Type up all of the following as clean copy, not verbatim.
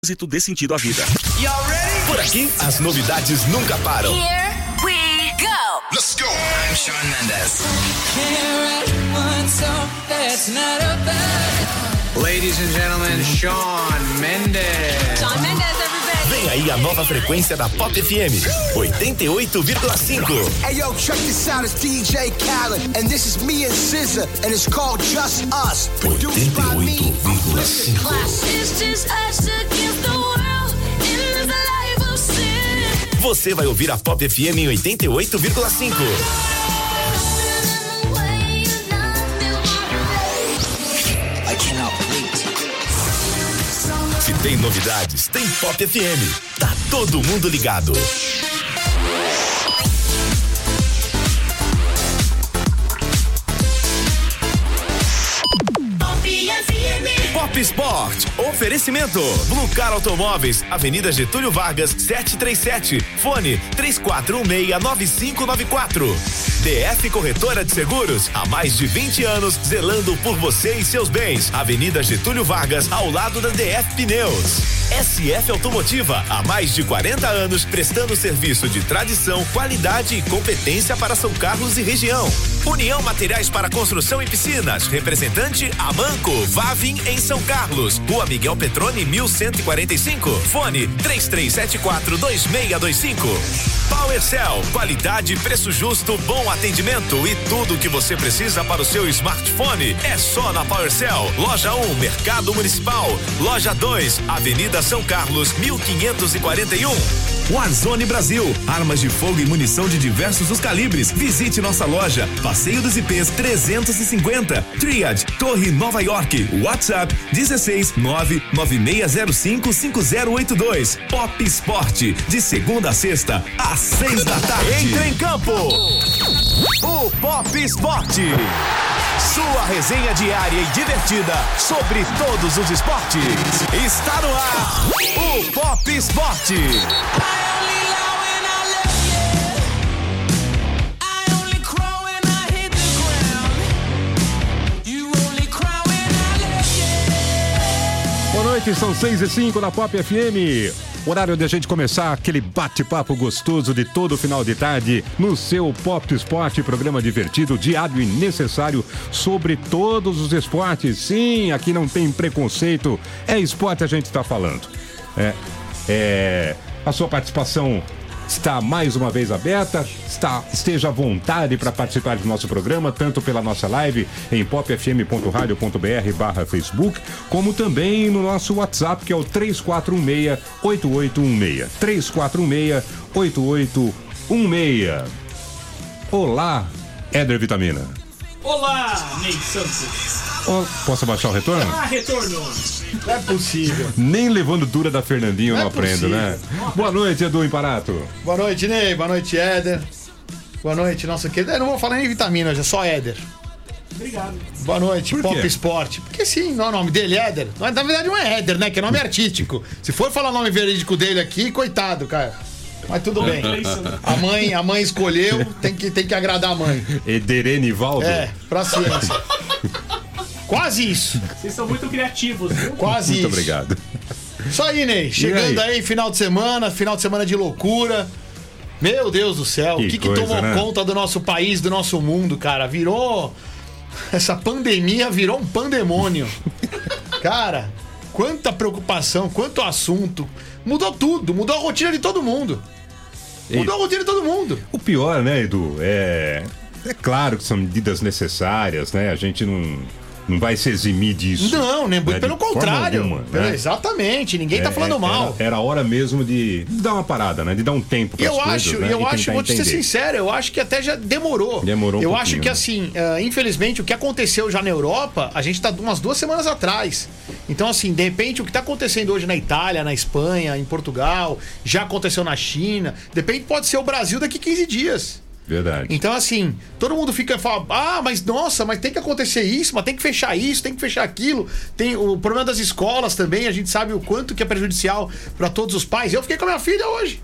Dê sentido à vida. Por aqui, as novidades nunca param. Here we go. Let's go. I'm Shawn Mendes. Ladies and gentlemen, Shawn Mendes. Shawn Mendes, everybody. Vem aí a nova frequência da Pop FM, 88,5. Hey yo, check this out, it's DJ Khaled, and this is me and SZA, and it's called Just Us, produced by me. 88,5. It's just us against the world in this life of sin. Você vai ouvir a Pop FM em 88,5. Se tem novidades, tem Pop FM. Tá todo mundo ligado. Pop Sport, oferecimento Blue Car Automóveis, Avenida Getúlio Vargas, 737, fone 3416-9594. DF Corretora de Seguros, há mais de 20 anos, zelando por você e seus bens. Avenida Getúlio Vargas, ao lado da DF Pneus. SF Automotiva, há mais de 40 anos, prestando serviço de tradição, qualidade e competência para São Carlos e região. União Materiais para Construção e Piscinas, representante Amanco, Vavin em São Carlos, Rua Miguel Petroni 1145, fone 3374-2625. PowerCell, qualidade, preço justo, bom atendimento e tudo o que você precisa para o seu smartphone é só na PowerCell. Loja 1, Mercado Municipal. Loja 2, Avenida São Carlos, 1541. Warzone Brasil, armas de fogo e munição de diversos os calibres. Visite nossa loja, Passeio dos IPs 350, Triad, Torre Nova York, WhatsApp 16-99605-5082. Pop Sport, de segunda a sexta, às 6 da tarde. Entra em campo, o Pop Sport. Sua resenha diária e divertida sobre todos os esportes. Está no ar, o Pop Sport. Boa noite, são 6:05 na Pop FM. Horário de a gente começar aquele bate-papo gostoso de todo final de tarde no seu Pop Sport, programa divertido, diário e necessário sobre todos os esportes. Sim, aqui não tem preconceito, é esporte a gente está falando. A sua participação está mais uma vez aberta, esteja à vontade para participar do nosso programa, tanto pela nossa live em popfm.radio.br/Facebook, como também no nosso WhatsApp, que é o 3416-8816. 3416-8816. Olá, Éder Vitamina. Olá, Ney Santos. Posso abaixar o retorno? Retorno. Não é possível. Nem levando dura da Fernandinho não aprendo, possível. né? Boa noite, Edu Imparato. Boa noite, Ney. Boa noite, Éder. Boa noite, nossa querida. Eu não vou falar nem Vitamina hoje, é só Éder. Obrigado. Boa noite, Por quê? Pop Sport. Porque sim, não é o nome dele, Éder. Na verdade não é Éder, né? Que é nome artístico. Se for falar o nome verídico dele aqui, coitado, cara. Mas tudo bem. A mãe escolheu, tem que agradar a mãe. Ederenivaldo? Pra ciência. Quase isso. Vocês são muito criativos, viu? Quase Muito isso. obrigado. Isso aí, Ney. Chegando aí, final de semana de loucura. Meu Deus do céu, o que coisa, tomou né? conta do nosso país, do nosso mundo, cara? Essa pandemia virou um pandemônio. Cara, quanta preocupação, quanto assunto. Mudou tudo, mudou a rotina de todo mundo. O pior, né, Edu, é claro que são medidas necessárias, né? A gente não vai se eximir disso. Não, né? Né? Pelo De forma contrário. alguma, né? Exatamente, ninguém tá falando mal. Era hora mesmo de dar uma parada, né? De dar um tempo para as coisas, né? Eu E acho, tentar vou te ser entender. sincero, eu acho que até já demorou. Demorou um acho pouquinho, que né? assim, infelizmente, o que aconteceu já na Europa, a gente tá umas 2 semanas atrás. Então, assim, de repente, o que tá acontecendo hoje na Itália, na Espanha, em Portugal, já aconteceu na China, de repente pode ser o Brasil daqui 15 dias. Verdade. Então, assim, todo mundo fica falando, mas nossa, mas tem que acontecer isso, mas tem que fechar isso, tem que fechar aquilo. Tem o problema das escolas também, a gente sabe o quanto que é prejudicial para todos os pais. Eu fiquei com a minha filha hoje.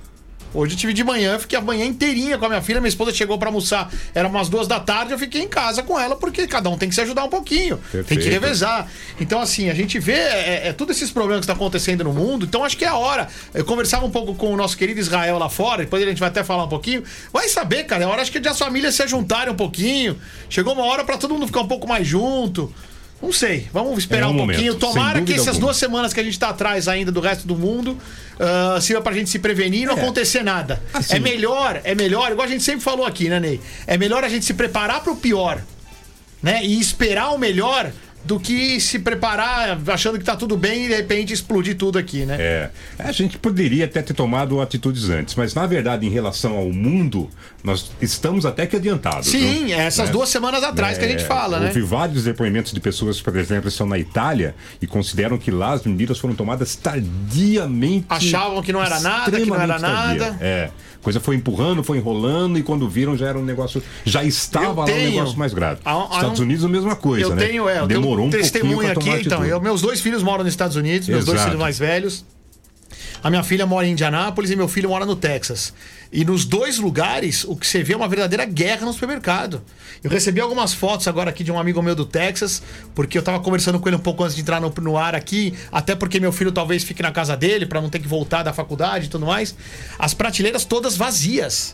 Hoje eu tive de manhã, fiquei a manhã inteirinha com a minha filha. Minha esposa chegou pra almoçar, era umas 2 da tarde, eu fiquei em casa com ela, porque cada um tem que se ajudar um pouquinho. Perfeito. Tem que revezar. Então, assim, a gente vê todos esses problemas que estão acontecendo no mundo. Então, acho que é a hora. Eu conversava um pouco com o nosso querido Israel lá fora, depois a gente vai até falar um pouquinho. Vai saber, cara, é hora, acho que de as famílias se juntarem um pouquinho. Chegou uma hora pra todo mundo ficar um pouco mais junto. Não sei, vamos esperar um pouquinho. momento, Tomara que essas alguma. 2 semanas que a gente tá atrás ainda do resto do mundo sirva pra gente se prevenir e não acontecer nada. Assim. É melhor, igual a gente sempre falou aqui, né, Ney? É melhor a gente se preparar pro pior, né? E esperar o melhor do que se preparar achando que tá tudo bem e de repente explodir tudo aqui, né? A gente poderia até ter tomado atitudes antes, mas na verdade, em relação ao mundo, nós estamos até que adiantados. Sim, viu? essas 2 semanas atrás que a gente fala, né? Houve vários depoimentos de pessoas, por exemplo, que estão na Itália e consideram que lá as medidas foram tomadas tardiamente. Achavam que não era nada, que não era extremamente nada. tardia. Coisa foi empurrando, foi enrolando e quando viram já era um negócio, já estava lá um negócio mais grave. Estados Unidos a mesma coisa, né? Eu Demorou tenho um testemunho pouquinho pra tomar aqui, então. atitude. Meus 2 filhos moram nos Estados Unidos, meus 2 Exato. filhos mais velhos. A minha filha mora em Indianápolis e meu filho mora no Texas. E nos 2 lugares, o que você vê é uma verdadeira guerra no supermercado. Eu recebi algumas fotos agora aqui de um amigo meu do Texas, porque eu tava conversando com ele um pouco antes de entrar no ar aqui, até porque meu filho talvez fique na casa dele, pra não ter que voltar da faculdade e tudo mais. As prateleiras todas vazias.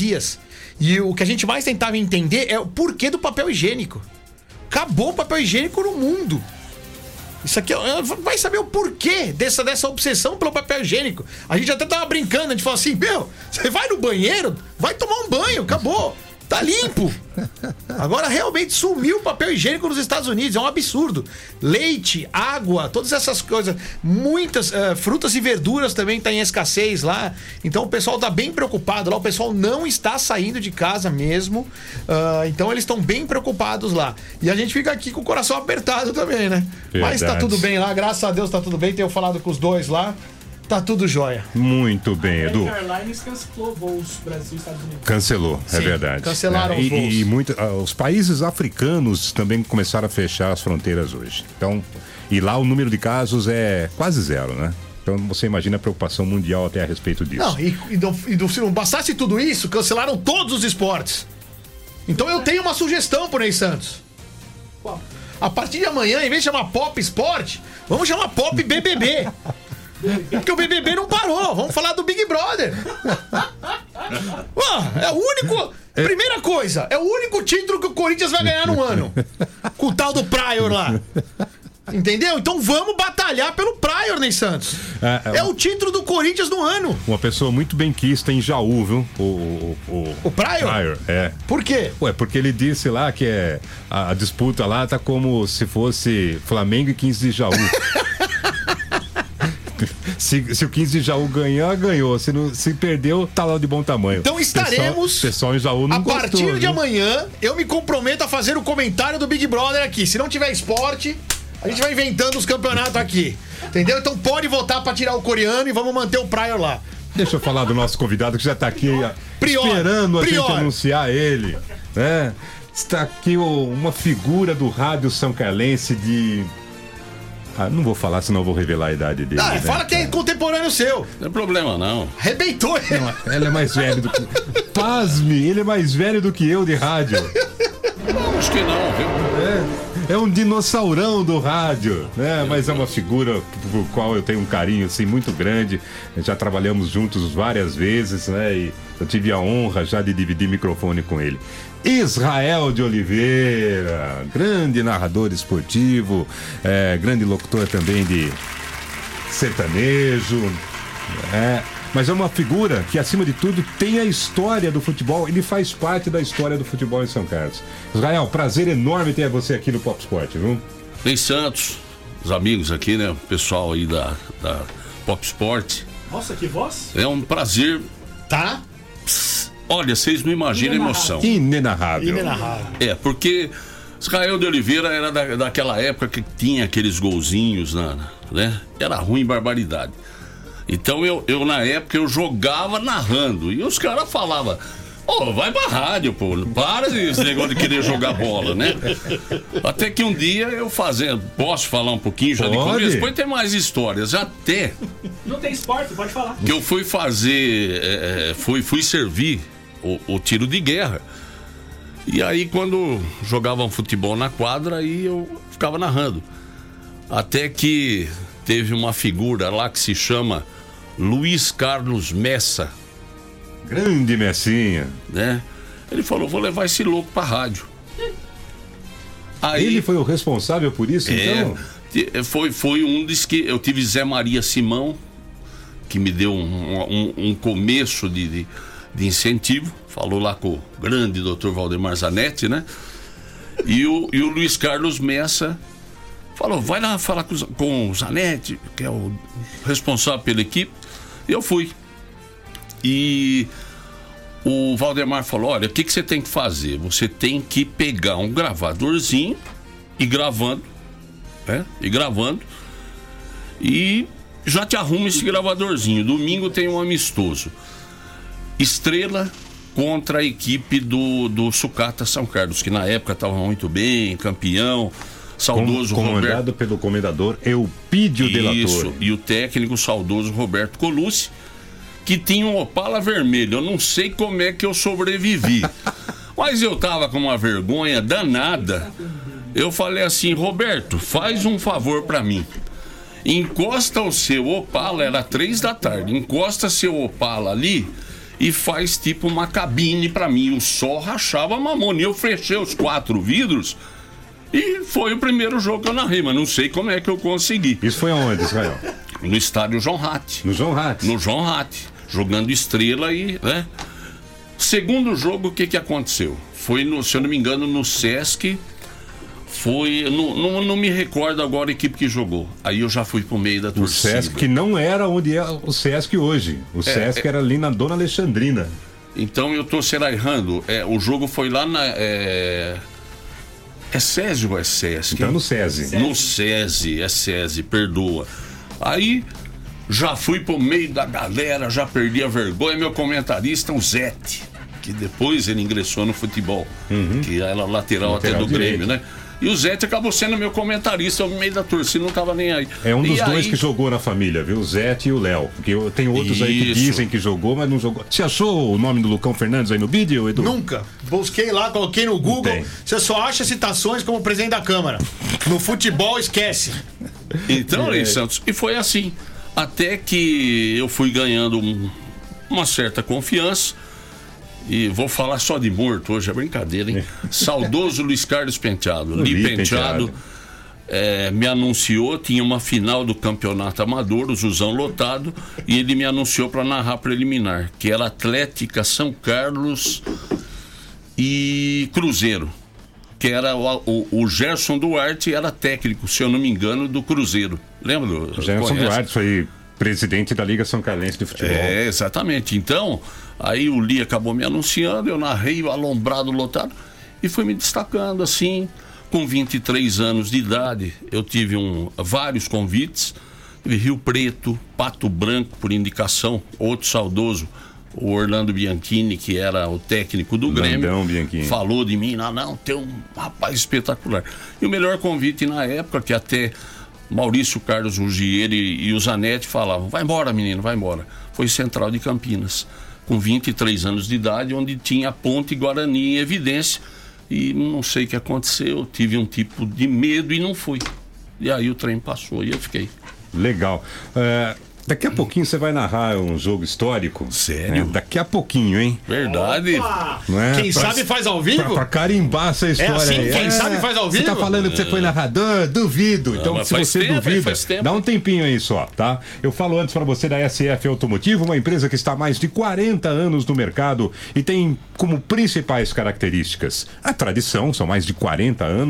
E o que a gente mais tentava entender é o porquê do papel higiênico. Acabou o papel higiênico no mundo. Isso aqui, vai saber o porquê dessa obsessão pelo papel higiênico. A gente até tava brincando, a gente falou assim, você vai no banheiro, vai tomar um banho, acabou. Tá limpo. Agora realmente sumiu o papel higiênico nos Estados Unidos. É um absurdo. Leite, água, todas essas coisas. Muitas frutas e verduras também estão em escassez lá. Então o pessoal tá bem preocupado lá. O pessoal não está saindo de casa mesmo. Então eles estão bem preocupados lá. E a gente fica aqui com o coração apertado também, né? Verdade. Mas tá tudo bem lá. Graças a Deus tá tudo bem. Tenho falado com os 2 lá. Tá tudo jóia. Muito bem, Edu. A Airlines cancelou voos Brasil e Estados Unidos. Cancelou, é Sim, verdade. cancelaram os voos. E os países africanos também começaram a fechar as fronteiras hoje. Então, e lá o número de casos é quase 0, né? Então você imagina a preocupação mundial até a respeito disso. Não, se não bastasse tudo isso, cancelaram todos os esportes. Então eu tenho uma sugestão pro Ney Santos. Qual? A partir de amanhã, em vez de chamar Pop Sport, vamos chamar Pop BBB. Porque o BBB não parou. Vamos falar do Big Brother. É o único... Primeira coisa, é o único título que o Corinthians vai ganhar no ano. Com o tal do Prior lá. Entendeu? Então vamos batalhar pelo Prior, Ney Santos. É o título do Corinthians no ano. Uma pessoa muito benquista em Jaú, viu? O Prior? Prior, é. Por quê? Porque ele disse lá que a disputa lá tá como se fosse Flamengo e 15 de Jaú. Se o 15 de Jaú ganhar, ganhou. Se perdeu, tá lá de bom tamanho. Então estaremos. Pessoal em Jaú não a gostou, partir de viu? amanhã, eu me comprometo a fazer o comentário do Big Brother aqui. Se não tiver esporte, a gente vai inventando os campeonatos aqui. Entendeu? Então pode votar pra tirar o coreano e vamos manter o Prior lá. Deixa eu falar do nosso convidado que já tá aqui esperando a gente anunciar ele. Né? Está aqui uma figura do rádio são carlense de... não vou falar, senão eu vou revelar a idade dele. Né? Fala que é contemporâneo seu. Não é problema, não. Arrebentou ele. Não, ele é mais velho do que... Pasme, ele é mais velho do que eu de rádio. Acho que não, viu? É um dinossaurão do rádio, né? Mas é uma figura por qual eu tenho um carinho assim, muito grande. Já trabalhamos juntos várias vezes, né? E eu tive a honra já de dividir microfone com ele. Israel de Oliveira, grande narrador esportivo, grande locutor também de sertanejo, mas é uma figura que, acima de tudo, tem a história do futebol. Ele faz parte da história do futebol em São Carlos. Israel, prazer enorme ter você aqui no Pop Sport, viu? Ney Santos, os amigos aqui, né? O pessoal aí da Pop Sport. Nossa, que voz. É um prazer. Tá? Olha, vocês não imaginam a emoção. Inenarrável. Porque Israel de Oliveira era daquela época que tinha aqueles golzinhos, né? Era ruim, barbaridade. Então eu na época eu jogava narrando e os caras falavam: Pô, vai pra rádio, pô. Para desse negócio de querer jogar bola, né? Até que um dia eu fazendo. Posso falar um pouquinho já de começo? Depois tem mais histórias. Até. Não tem esporte, pode falar. Que eu fui fazer. Fui servir o tiro de guerra. E aí, quando jogavam futebol na quadra, aí eu ficava narrando. Até que teve uma figura lá que se chama Luiz Carlos Messa. Grande Messinha. Né? Ele falou, vou levar esse louco pra rádio. Aí, ele foi o responsável por isso, então? Foi um dos que... Eu tive Zé Maria Simão, que me deu um começo de incentivo. Falou lá com o grande Dr. Valdemar Zanetti, né? E o Luiz Carlos Messa falou, vai lá falar com o Zanetti, que é o responsável pela equipe. E eu fui. E o Valdemar falou, olha, o que você tem que fazer? Você tem que pegar um gravadorzinho e gravando, né? E já te arruma esse gravadorzinho. Domingo tem um amistoso. Estrela contra a equipe do Sucata São Carlos, que na época estava muito bem, campeão, saudoso comandado pelo comendador Eupídio de la Torre. E o técnico saudoso Roberto Colucci, que tinha um Opala vermelho. Eu não sei como é que eu sobrevivi, mas eu tava com uma vergonha danada. Eu falei assim, Roberto, faz um favor pra mim. Encosta o seu Opala, era 3 da tarde, encosta seu Opala ali e faz tipo uma cabine pra mim. O sol rachava a mamona. E eu fechei os 4 vidros e foi o primeiro jogo que eu narrei, mas não sei como é que eu consegui. Isso foi aonde, Israel? No estádio João Ratti. No João Ratti? No João Ratti, jogando Estrela e, né? Segundo jogo, o que aconteceu? Foi, se eu não me engano, no Sesc. Foi, não me recordo agora a equipe que jogou. Aí eu já fui pro meio da torcida. O Sesc, que não era onde é o Sesc hoje. O Sesc era ali na Dona Alexandrina. Então eu tô será errando. O jogo foi lá na... É SESI ou é Sesc? Então no SESI. No SESI, é SESI, perdoa. Aí já fui pro meio da galera, já perdi a vergonha. Meu comentarista, o Zete, que depois ele ingressou no futebol, que era lateral até do Grêmio, né? E o Zete acabou sendo meu comentarista no meio da torcida, não tava nem aí. É um dos dois que jogou na família, viu? O Zete e o Léo. Porque tem outros aí que dizem que jogou, mas não jogou. Você achou o nome do Lucão Fernandes aí no vídeo, Edu? Nunca. Busquei lá, coloquei no Google. Você só acha citações como presidente da Câmara. No futebol, esquece. Então, Luiz Santos, e foi assim. Até que eu fui ganhando uma certa confiança. E vou falar só de morto hoje, é brincadeira, hein? Saudoso Luiz Carlos Penteado. Li Penteado me anunciou, tinha uma final do campeonato amador, o Zuzão lotado, e ele me anunciou para narrar preliminar, que era Atlética, São Carlos e Cruzeiro. Que era o Gerson Duarte, era técnico, se eu não me engano, do Cruzeiro. Lembra? O Gerson Duarte foi presidente da Liga São Carlense de Futebol. Exatamente. Então, aí o Li acabou me anunciando, eu narrei o alombrado lotado e fui me destacando assim. Com 23 anos de idade, eu tive vários convites. Rio Preto, Pato Branco, por indicação, outro saudoso, o Orlando Bianchini, que era o técnico do Grêmio, falou de mim, não, tem um rapaz espetacular. E o melhor convite na época, que até Maurício Carlos Ruggieri e o Zanetti falavam, vai embora menino, vai embora. Foi Central de Campinas, com 23 anos de idade, onde tinha a Ponte Guarani em evidência. E não sei o que aconteceu, tive um tipo de medo e não fui. E aí o trem passou e eu fiquei. Legal. Daqui a pouquinho você vai narrar um jogo histórico. Sério? Daqui a pouquinho, hein? Verdade. Quem sabe faz ao vivo? Pra carimbar essa história assim, aí. Quem sabe faz ao vivo? Você tá falando que você foi narrador? Duvido. Então, mas se você duvida, dá um tempinho aí só, tá? Eu falo antes pra você da SF Automotivo, uma empresa que está há mais de 40 anos no mercado e tem como principais características a tradição, são mais de 40 anos,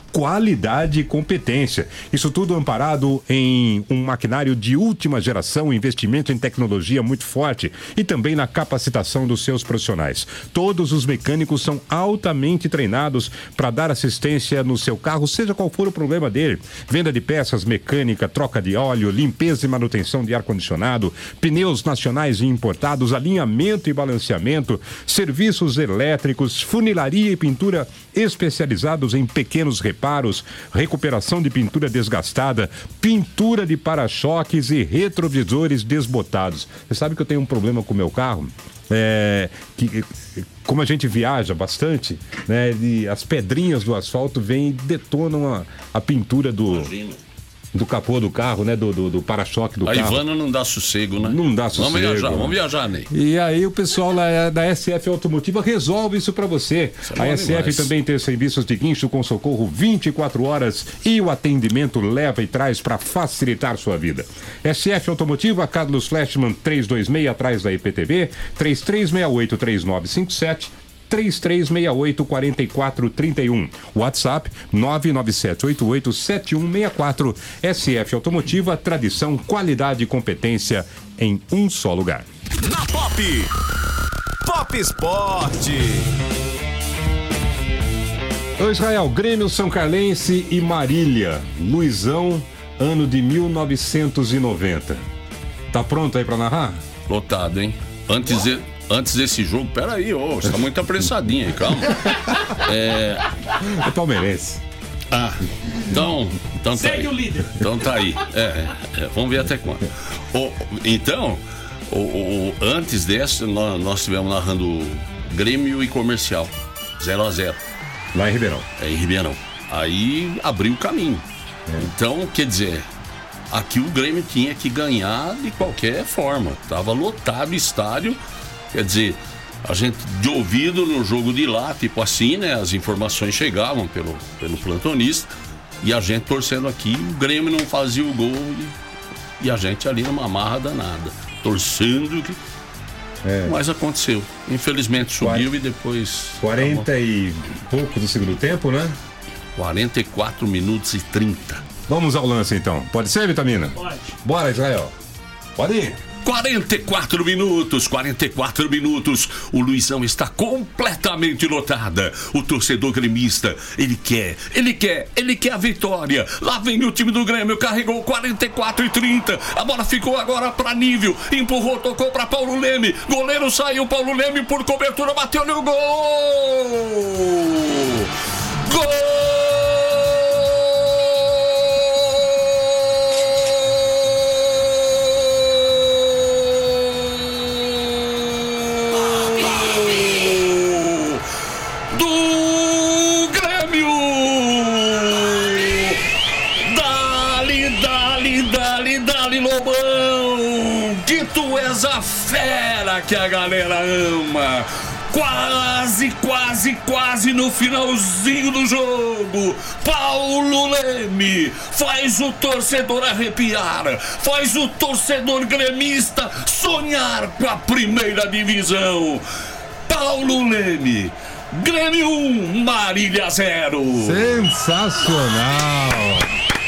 qualidade e competência. Isso tudo amparado em um maquinário de última geração, investimento em tecnologia muito forte e também na capacitação dos seus profissionais. Todos os mecânicos são altamente treinados para dar assistência no seu carro, seja qual for o problema dele. Venda de peças, mecânica, troca de óleo, limpeza e manutenção de ar-condicionado, pneus nacionais e importados, alinhamento e balanceamento, serviços elétricos, funilaria e pintura especializados em pequenos reparos, recuperação de pintura desgastada, pintura de para-choques e retrovisores desbotados. Você sabe que eu tenho um problema com o meu carro? Como a gente viaja bastante, né, e as pedrinhas do asfalto vêm e detonam a pintura do capô do carro, né? Do para-choque do carro. A Ivana não dá sossego, né? Não dá sossego. Vamos viajar, Ney. E aí o pessoal lá da SF Automotiva resolve isso pra você. A SF também tem serviços de guincho com socorro 24 horas e o atendimento leva e traz pra facilitar sua vida. SF Automotiva, Carlos Flashman 326, atrás da IPTV, 3368-3957. 3368-4431. WhatsApp 997887164. SF Automotiva, tradição, qualidade e competência em um só lugar. Na Pop Esporte. Ô Israel, Grêmio, São Carlense e Marília. Luizão, ano de 1990. Tá pronto aí pra narrar? Lotado, hein? Antes desse jogo, peraí, você tá muito apressadinho aí, calma. É palmeirense. Então tá Segue aí. o líder. Então tá aí. Vamos ver até quando. Antes dessa, nós estivemos narrando Grêmio e Comercial, 0-0. Lá em Ribeirão. Em Ribeirão. Aí abriu o caminho. Então, quer dizer, aqui o Grêmio tinha que ganhar de qualquer forma. Tava lotado o estádio. Quer dizer, a gente de ouvido no jogo de lá, tipo assim, né? As informações chegavam pelo plantonista e a gente torcendo aqui, o Grêmio não fazia o gol e a gente ali numa marra danada, torcendo que... Mas aconteceu. Infelizmente subiu e depois... 40 e pouco do segundo tempo, né? 44 minutos e 30. Vamos ao lance então. Pode ser, Vitamina? Pode. Bora, Israel. Pode ir. 44 minutos, o Luizão está completamente lotada. O torcedor gremista, ele quer a vitória. Lá vem o time do Grêmio, carregou 44 e 30. A bola ficou agora para Nível, empurrou, tocou para Paulo Leme. Goleiro saiu, Paulo Leme por cobertura, bateu no gol! Gol! Lobão, que tu és a fera que a galera ama. Quase no finalzinho do jogo, Paulo Leme faz o torcedor arrepiar, faz o torcedor gremista sonhar com a primeira divisão. Paulo Leme, Grêmio 1, Marília 0. Sensacional!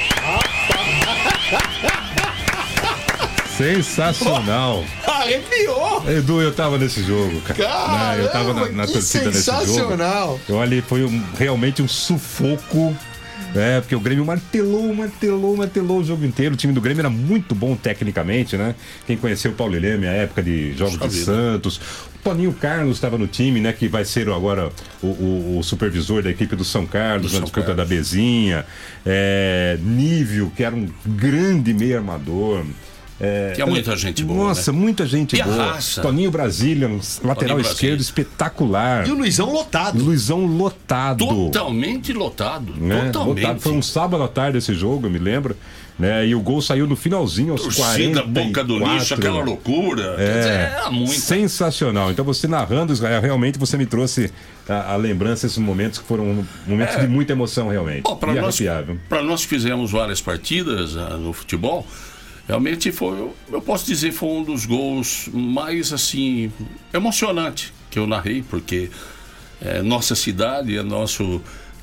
Sensacional. Arrepiou. Edu, eu tava nesse jogo, cara. Caramba, eu tava na torcida nesse jogo. Sensacional. Olha, foi realmente um sufoco. Porque o Grêmio martelou o jogo inteiro. O time do Grêmio era muito bom tecnicamente, né? Quem conheceu o Paulo Leme, a época de Jogos de Santos. O Toninho Carlos estava no time, né? Que vai ser agora o supervisor da equipe do São Carlos, na disputa da Bezinha. Nível, que era um grande meio armador. Tinha muita gente boa. Nossa, né? Muita gente e boa. A raça. Toninho Brasília, lateral esquerdo, espetacular. E o Luizão lotado. Totalmente lotado. Lotado. Foi um sábado à tarde esse jogo, eu me lembro. Né? E o gol saiu no finalzinho, aos 40. Boca do lixo, aquela loucura. Era muito. Sensacional. Então você narrando, Israel, realmente você me trouxe a lembrança desses momentos que foram momentos de muita emoção, realmente. Para nós que fizemos várias partidas no futebol, realmente eu posso dizer, foi um dos gols mais, assim, emocionante que eu narrei, porque nossa cidade, é nosso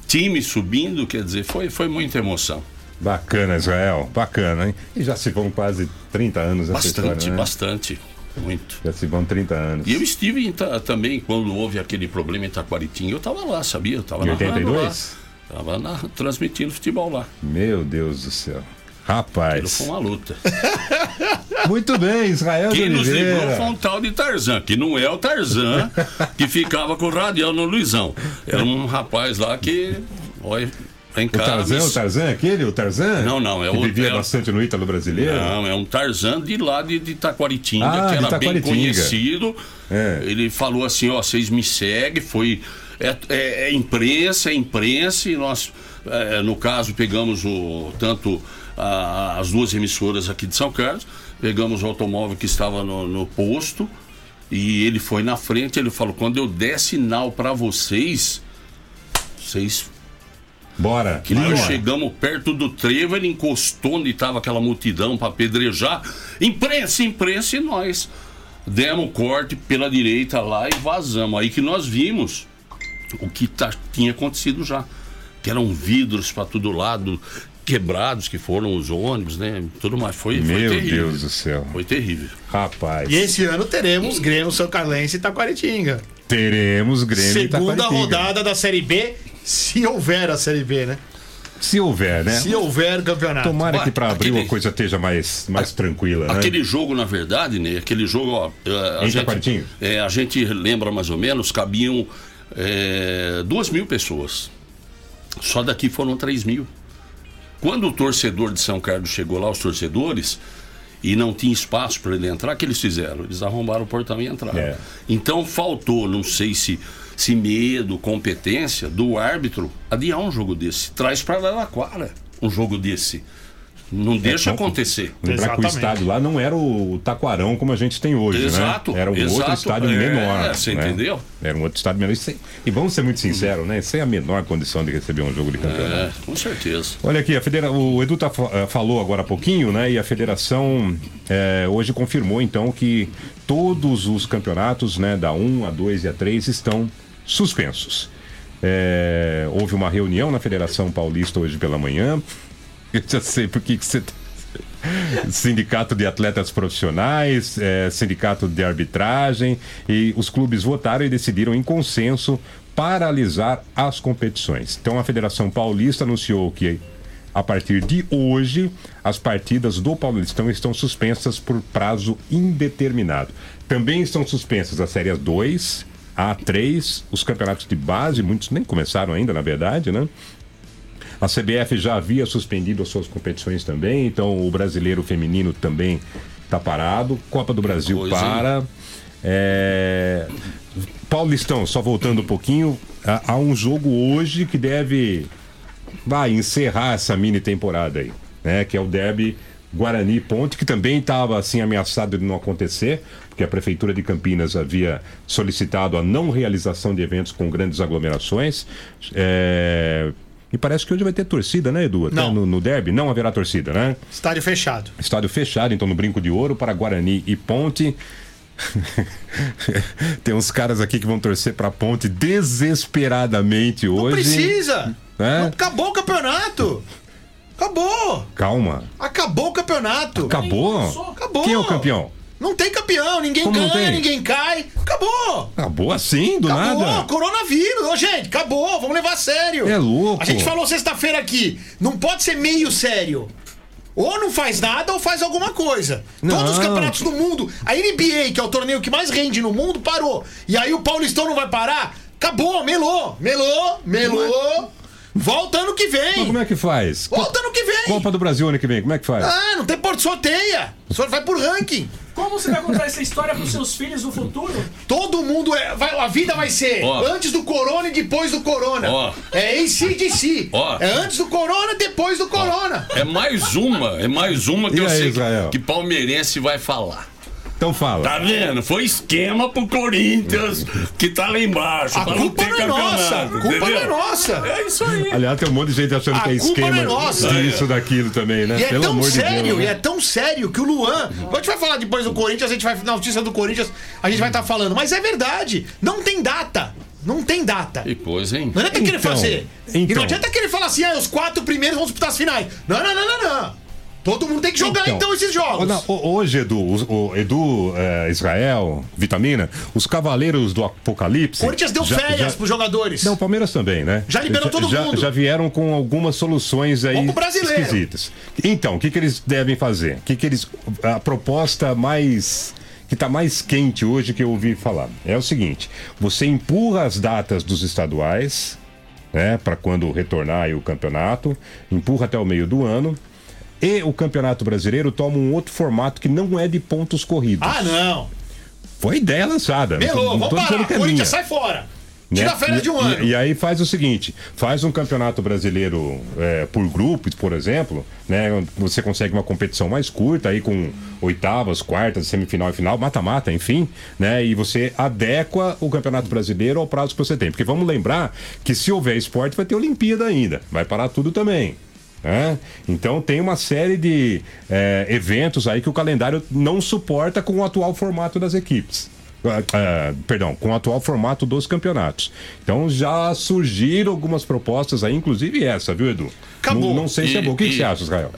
time subindo, quer dizer, foi muita emoção. Bacana, Israel. Bacana, hein? E já se vão quase 30 anos essa história, né? Bastante. Muito. Já se vão 30 anos. E eu estive também, quando houve aquele problema em Taquaritinga, eu estava lá, sabia? Eu estava em narrando 82? lá. Estava transmitindo futebol lá. Meu Deus do céu. Aquilo Rapaz. foi uma luta. Muito bem, Israel de Quem nos livrou Oliveira. foi um tal de Tarzan, que não é o Tarzan que ficava com o radial no Luizão. Era um rapaz lá que... Olha, tem O cara... Tarzan, aquele? O Tarzan? Não, é que o... vivia é- bastante no Ítalo brasileiro? Não, é um Tarzan de lá de Taquaritinga, Ah, que de era bem Taquaritinga. conhecido. É. Ele falou assim, ó, vocês me seguem, é imprensa, e nós, no caso, pegamos tanto as duas emissoras aqui de São Carlos, pegamos o automóvel que estava no posto, e ele foi na frente, ele falou, quando eu der sinal para vocês Bora. que nós chegamos perto do trevo, ele encostou onde estava aquela multidão para apedrejar. Imprensa, e nós demos corte pela direita lá e vazamos. Aí que nós vimos o que tinha acontecido já. Que eram vidros para todo lado, quebrados, que foram os ônibus, né? Tudo mais. Foi Meu terrível. Deus do céu. Foi terrível. Rapaz. E esse ano teremos Grêmio, São Carlense e Taquaritinga. Teremos Grêmio e Segunda Taquaritinga. rodada da Série B, se houver a Série B, né? Se houver, né? Se houver campeonato. Tomara que para abril Aquele- a coisa esteja mais tranquila, né? Aquele jogo, na verdade, né? Aquele jogo, ó. Em Taquaritinga? A gente lembra mais ou menos, cabiam 2.000 pessoas. Só daqui foram 3.000. Quando o torcedor de São Carlos chegou lá, os torcedores, e não tinha espaço para ele entrar, o que eles fizeram? Eles arrombaram o portão e entraram. É. Então faltou, não sei se medo, competência do árbitro adiar um jogo desse. Traz para Araraquara um jogo desse. Não deixa bom. acontecer. Lembrar que o Exatamente. estádio lá não era o Taquarão como a gente tem hoje, Exato, né? Era um outro exato. estádio É, menor. você né? entendeu? Era um outro estádio menor. E vamos ser muito sinceros, né? Sem a menor condição de receber um jogo de campeonato. Com certeza. Olha aqui, o Edu falou agora há pouquinho, né? E a federação hoje confirmou, então, que todos os campeonatos, né? Da 1, a 2 e a 3 estão suspensos. Houve uma reunião na Federação Paulista hoje pela manhã. Eu já sei por que você... Sindicato de atletas profissionais, sindicato de arbitragem, e os clubes votaram e decidiram em consenso paralisar as competições. Então a Federação Paulista anunciou que a partir de hoje as partidas do Paulistão estão suspensas por prazo indeterminado. Também estão suspensas as séries 2, A3, os campeonatos de base, muitos nem começaram ainda, na verdade, né? A CBF já havia suspendido as suas competições também, então o brasileiro feminino também está parado. Copa do Brasil Coisa, para. Paulistão, só voltando um pouquinho, há um jogo hoje que deve encerrar essa mini temporada aí, né? Que é o derby Guarani Ponte, que também estava assim ameaçado de não acontecer, porque a Prefeitura de Campinas havia solicitado a não realização de eventos com grandes aglomerações. E parece que hoje vai ter torcida, né, Edu? Até Não. no derby não haverá torcida, né? Estádio fechado. Estádio fechado, então no Brinco de Ouro para Guarani e Ponte. Tem uns caras aqui que vão torcer para Ponte desesperadamente hoje. Não precisa! É? Não, acabou o campeonato! Acabou! Calma. Acabou o campeonato! Acabou? Acabou! Quem é o campeão? Não tem campeão, ninguém Como não ganha, tem? ninguém cai. Acabou! Acabou assim, do Acabou! nada? Coronavírus! Ô, gente, acabou! Vamos levar a sério! É louco. A gente falou sexta-feira aqui, não pode ser meio sério. Ou não faz nada ou faz alguma coisa. Não. Todos os campeonatos do mundo, a NBA, que é o torneio que mais rende no mundo, parou. E aí o Paulistão não vai parar? Acabou, melou. Volta ano que vem. Mas como é que faz? Volta ano que vem. Copa do Brasil ano que vem, como é que faz? Ah, não tem porto, sorteia. Só vai por ranking. Como você vai contar essa história pros seus filhos no futuro? Todo mundo a vida vai ser antes do corona e depois do corona. É AC/DC. É antes do corona e depois do corona. É mais uma que E eu aí, sei Israel? que palmeirense vai falar. Então fala. Tá vendo? Foi esquema pro Corinthians, que tá lá embaixo. A pra não culpa ter não é nossa. A campeonato, culpa não é entendeu? nossa. É isso aí. Aliás, tem um monte de gente achando A que é culpa esquema não é nossa. disso, daquilo também, né? E é Pelo tão amor sério, de Deus. e né? é tão sério que o Luan. A gente vai falar depois do Corinthians, a gente vai. Na notícia do Corinthians, a gente vai estar falando. Mas é verdade. Não tem data. Não tem data. Que coisa, hein? Não adianta querer fazer. E então. não adianta querer falar assim, os 4 primeiros vão disputar as finais. Não. Todo mundo tem que jogar então esses jogos. Hoje, Edu, Israel, Vitamina, os Cavaleiros do Apocalipse. Corinthians deu férias pros jogadores. Não, o Palmeiras também, né? Já liberou todo mundo. Já vieram com algumas soluções aí Vamos pro brasileiro. esquisitas. Então, o que eles devem fazer? A proposta que está mais quente hoje que eu ouvi falar é o seguinte: você empurra as datas dos estaduais, né, para quando retornar aí o campeonato, empurra até o meio do ano. E o Campeonato Brasileiro toma um outro formato que não é de pontos corridos. Ah, não. Foi ideia lançada. Melou, vamos parar. Que é Corinthians, sai fora. Tira férias de um ano. E aí faz o seguinte, faz um Campeonato Brasileiro por grupos, por exemplo, né? Você consegue uma competição mais curta, aí com oitavas, quartas, semifinal e final, mata-mata, enfim, né? E você adequa o Campeonato Brasileiro ao prazo que você tem. Porque vamos lembrar que se houver esporte vai ter Olimpíada ainda, vai parar tudo também. Então tem uma série de eventos aí que o calendário não suporta com o atual formato das equipes. Com o atual formato dos campeonatos. Então já surgiram algumas propostas aí, inclusive essa, viu, Edu? Acabou. Não sei se é bom. O que você acha, Israel?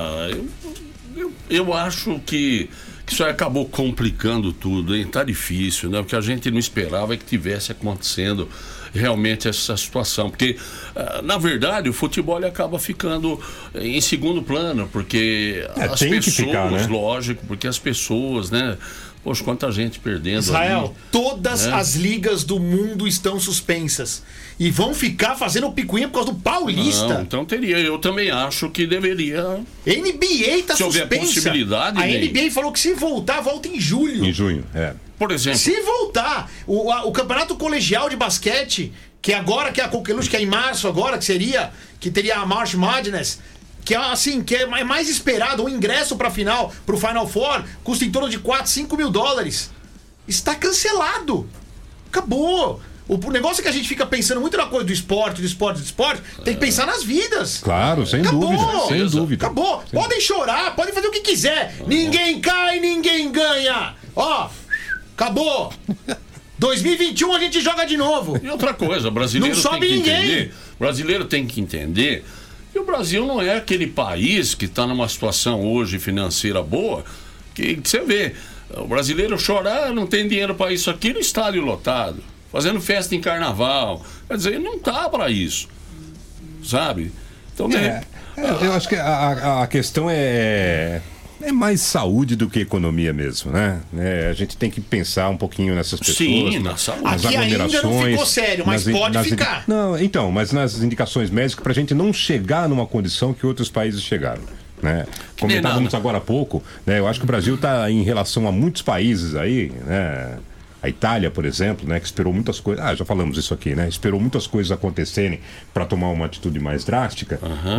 Eu acho que isso aí acabou complicando tudo, hein? Tá difícil, né? O que a gente não esperava é que tivesse acontecendo realmente essa situação, porque na verdade o futebol ele acaba ficando em segundo plano, porque as pessoas, lógico, porque as pessoas, né? Poxa, quanta gente perdendo. Israel, ali, todas as ligas do mundo estão suspensas e vão ficar fazendo picuinha por causa do Paulista. Não, então eu também acho que deveria. NBA tá suspensa. Se houver possibilidade, a NBA falou que se voltar, volta em julho. Em junho, Por exemplo. Se voltar, o campeonato colegial de basquete, que agora, que é a Coqueluche, que é em março agora, que teria a March Madness, que é mais esperado, o ingresso pra final, pro Final Four, custa em torno de 4, 5 mil dólares. Está cancelado. Acabou. O negócio é que a gente fica pensando muito na coisa do esporte, tem que pensar nas vidas. Claro, sem dúvida. Acabou. Podem chorar, podem fazer o que quiser. Ninguém cai, ninguém ganha. Acabou. 2021 a gente joga de novo. E outra coisa, o brasileiro não sobe tem que ninguém. entender. O brasileiro tem que entender que o Brasil não é aquele país que está numa situação hoje financeira boa, que você vê, o brasileiro chorar, não tem dinheiro para isso aqui no estádio lotado, fazendo festa em carnaval. Quer dizer, não tá para isso, sabe? Então, eu acho que a questão é mais saúde do que economia mesmo, né? A gente tem que pensar um pouquinho nessas pessoas. Sim, na saúde. Aqui ainda não ficou sério, mas pode ficar. Não, então, mas nas indicações médicas, pra gente não chegar numa condição que outros países chegaram, né? Comentávamos agora há pouco, né? Eu acho que o Brasil está em relação a muitos países aí, né? A Itália, por exemplo, né, que esperou muitas coisas. Já falamos isso aqui, né? Esperou muitas coisas acontecerem para tomar uma atitude mais drástica.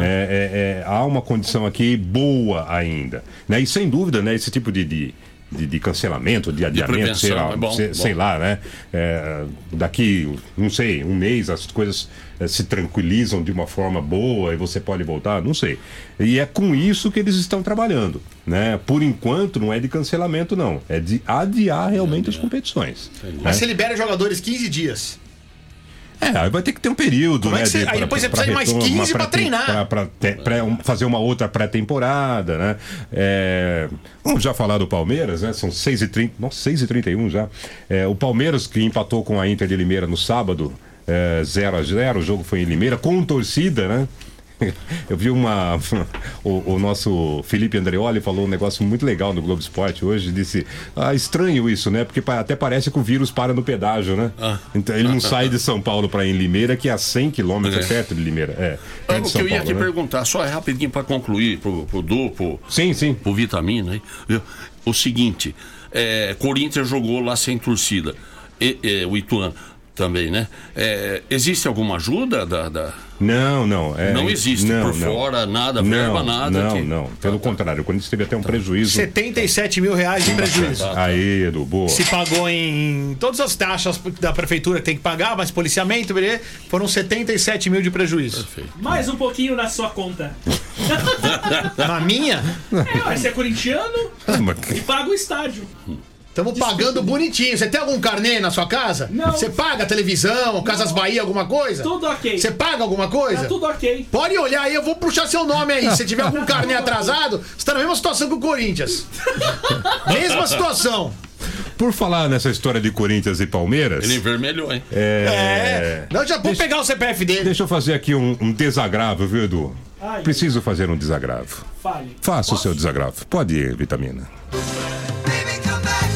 Há uma condição aqui boa ainda, né? E sem dúvida, né, esse tipo de cancelamento, de adiamento, sei lá, né? Daqui, não sei, um mês as coisas se tranquilizam de uma forma boa e você pode voltar, não sei. E é com isso que eles estão trabalhando, né? Por enquanto não é de cancelamento, não. É de adiar realmente as competições. Mas você libera jogadores 15 dias. Aí vai ter que ter um período, né? Aí depois você precisa de mais 15 para treinar. Para fazer uma outra pré-temporada, né? Vamos já falar do Palmeiras, né? São 6h30, nossa, 6h31 já. O Palmeiras que empatou com a Inter de Limeira no sábado, 0-0, o jogo foi em Limeira, com torcida, né? Eu vi o nosso Felipe Andreoli falou um negócio muito legal no Globo Esporte hoje, disse, estranho isso, né? Porque até parece que o vírus para no pedágio, né? Então ele não sai de São Paulo para ir em Limeira, que é a 100 quilômetros perto de Limeira. O que eu ia te perguntar, só rapidinho para concluir, pro Du, pro Vitamina, aí, o seguinte, Corinthians jogou lá sem torcida, o Ituano também, né? Existe alguma ajuda Não. Não existe fora, nada, verba, nada. Não. Pelo contrário, o Corinthians teve até um prejuízo. 77 mil reais de prejuízo. Aí, Edu, boa. Se pagou em todas as taxas da prefeitura que tem que pagar, mas policiamento, beleza? Foram 77 mil de prejuízo. Perfeito. Mais um pouquinho na sua conta. Na minha? Vai ser corintiano e paga o estádio. Estamos pagando bonitinho. Você tem algum carnê na sua casa? Não. Você paga televisão, Casas Bahia, alguma coisa? Tudo ok. Você paga alguma coisa? Tá tudo ok. Pode olhar aí, eu vou puxar seu nome aí. Se tiver algum carnê atrasado, você tá na mesma situação que o Corinthians. Mesma situação. Por falar nessa história de Corinthians e Palmeiras. Ele envermelhou, hein? Não, já vou pegar o CPF dele. Deixa eu fazer aqui um desagravo, viu, Edu? Ai, Preciso fazer um desagravo. Fale. Faça o seu desagravo. Pode ir, Vitamina. Baby, come back.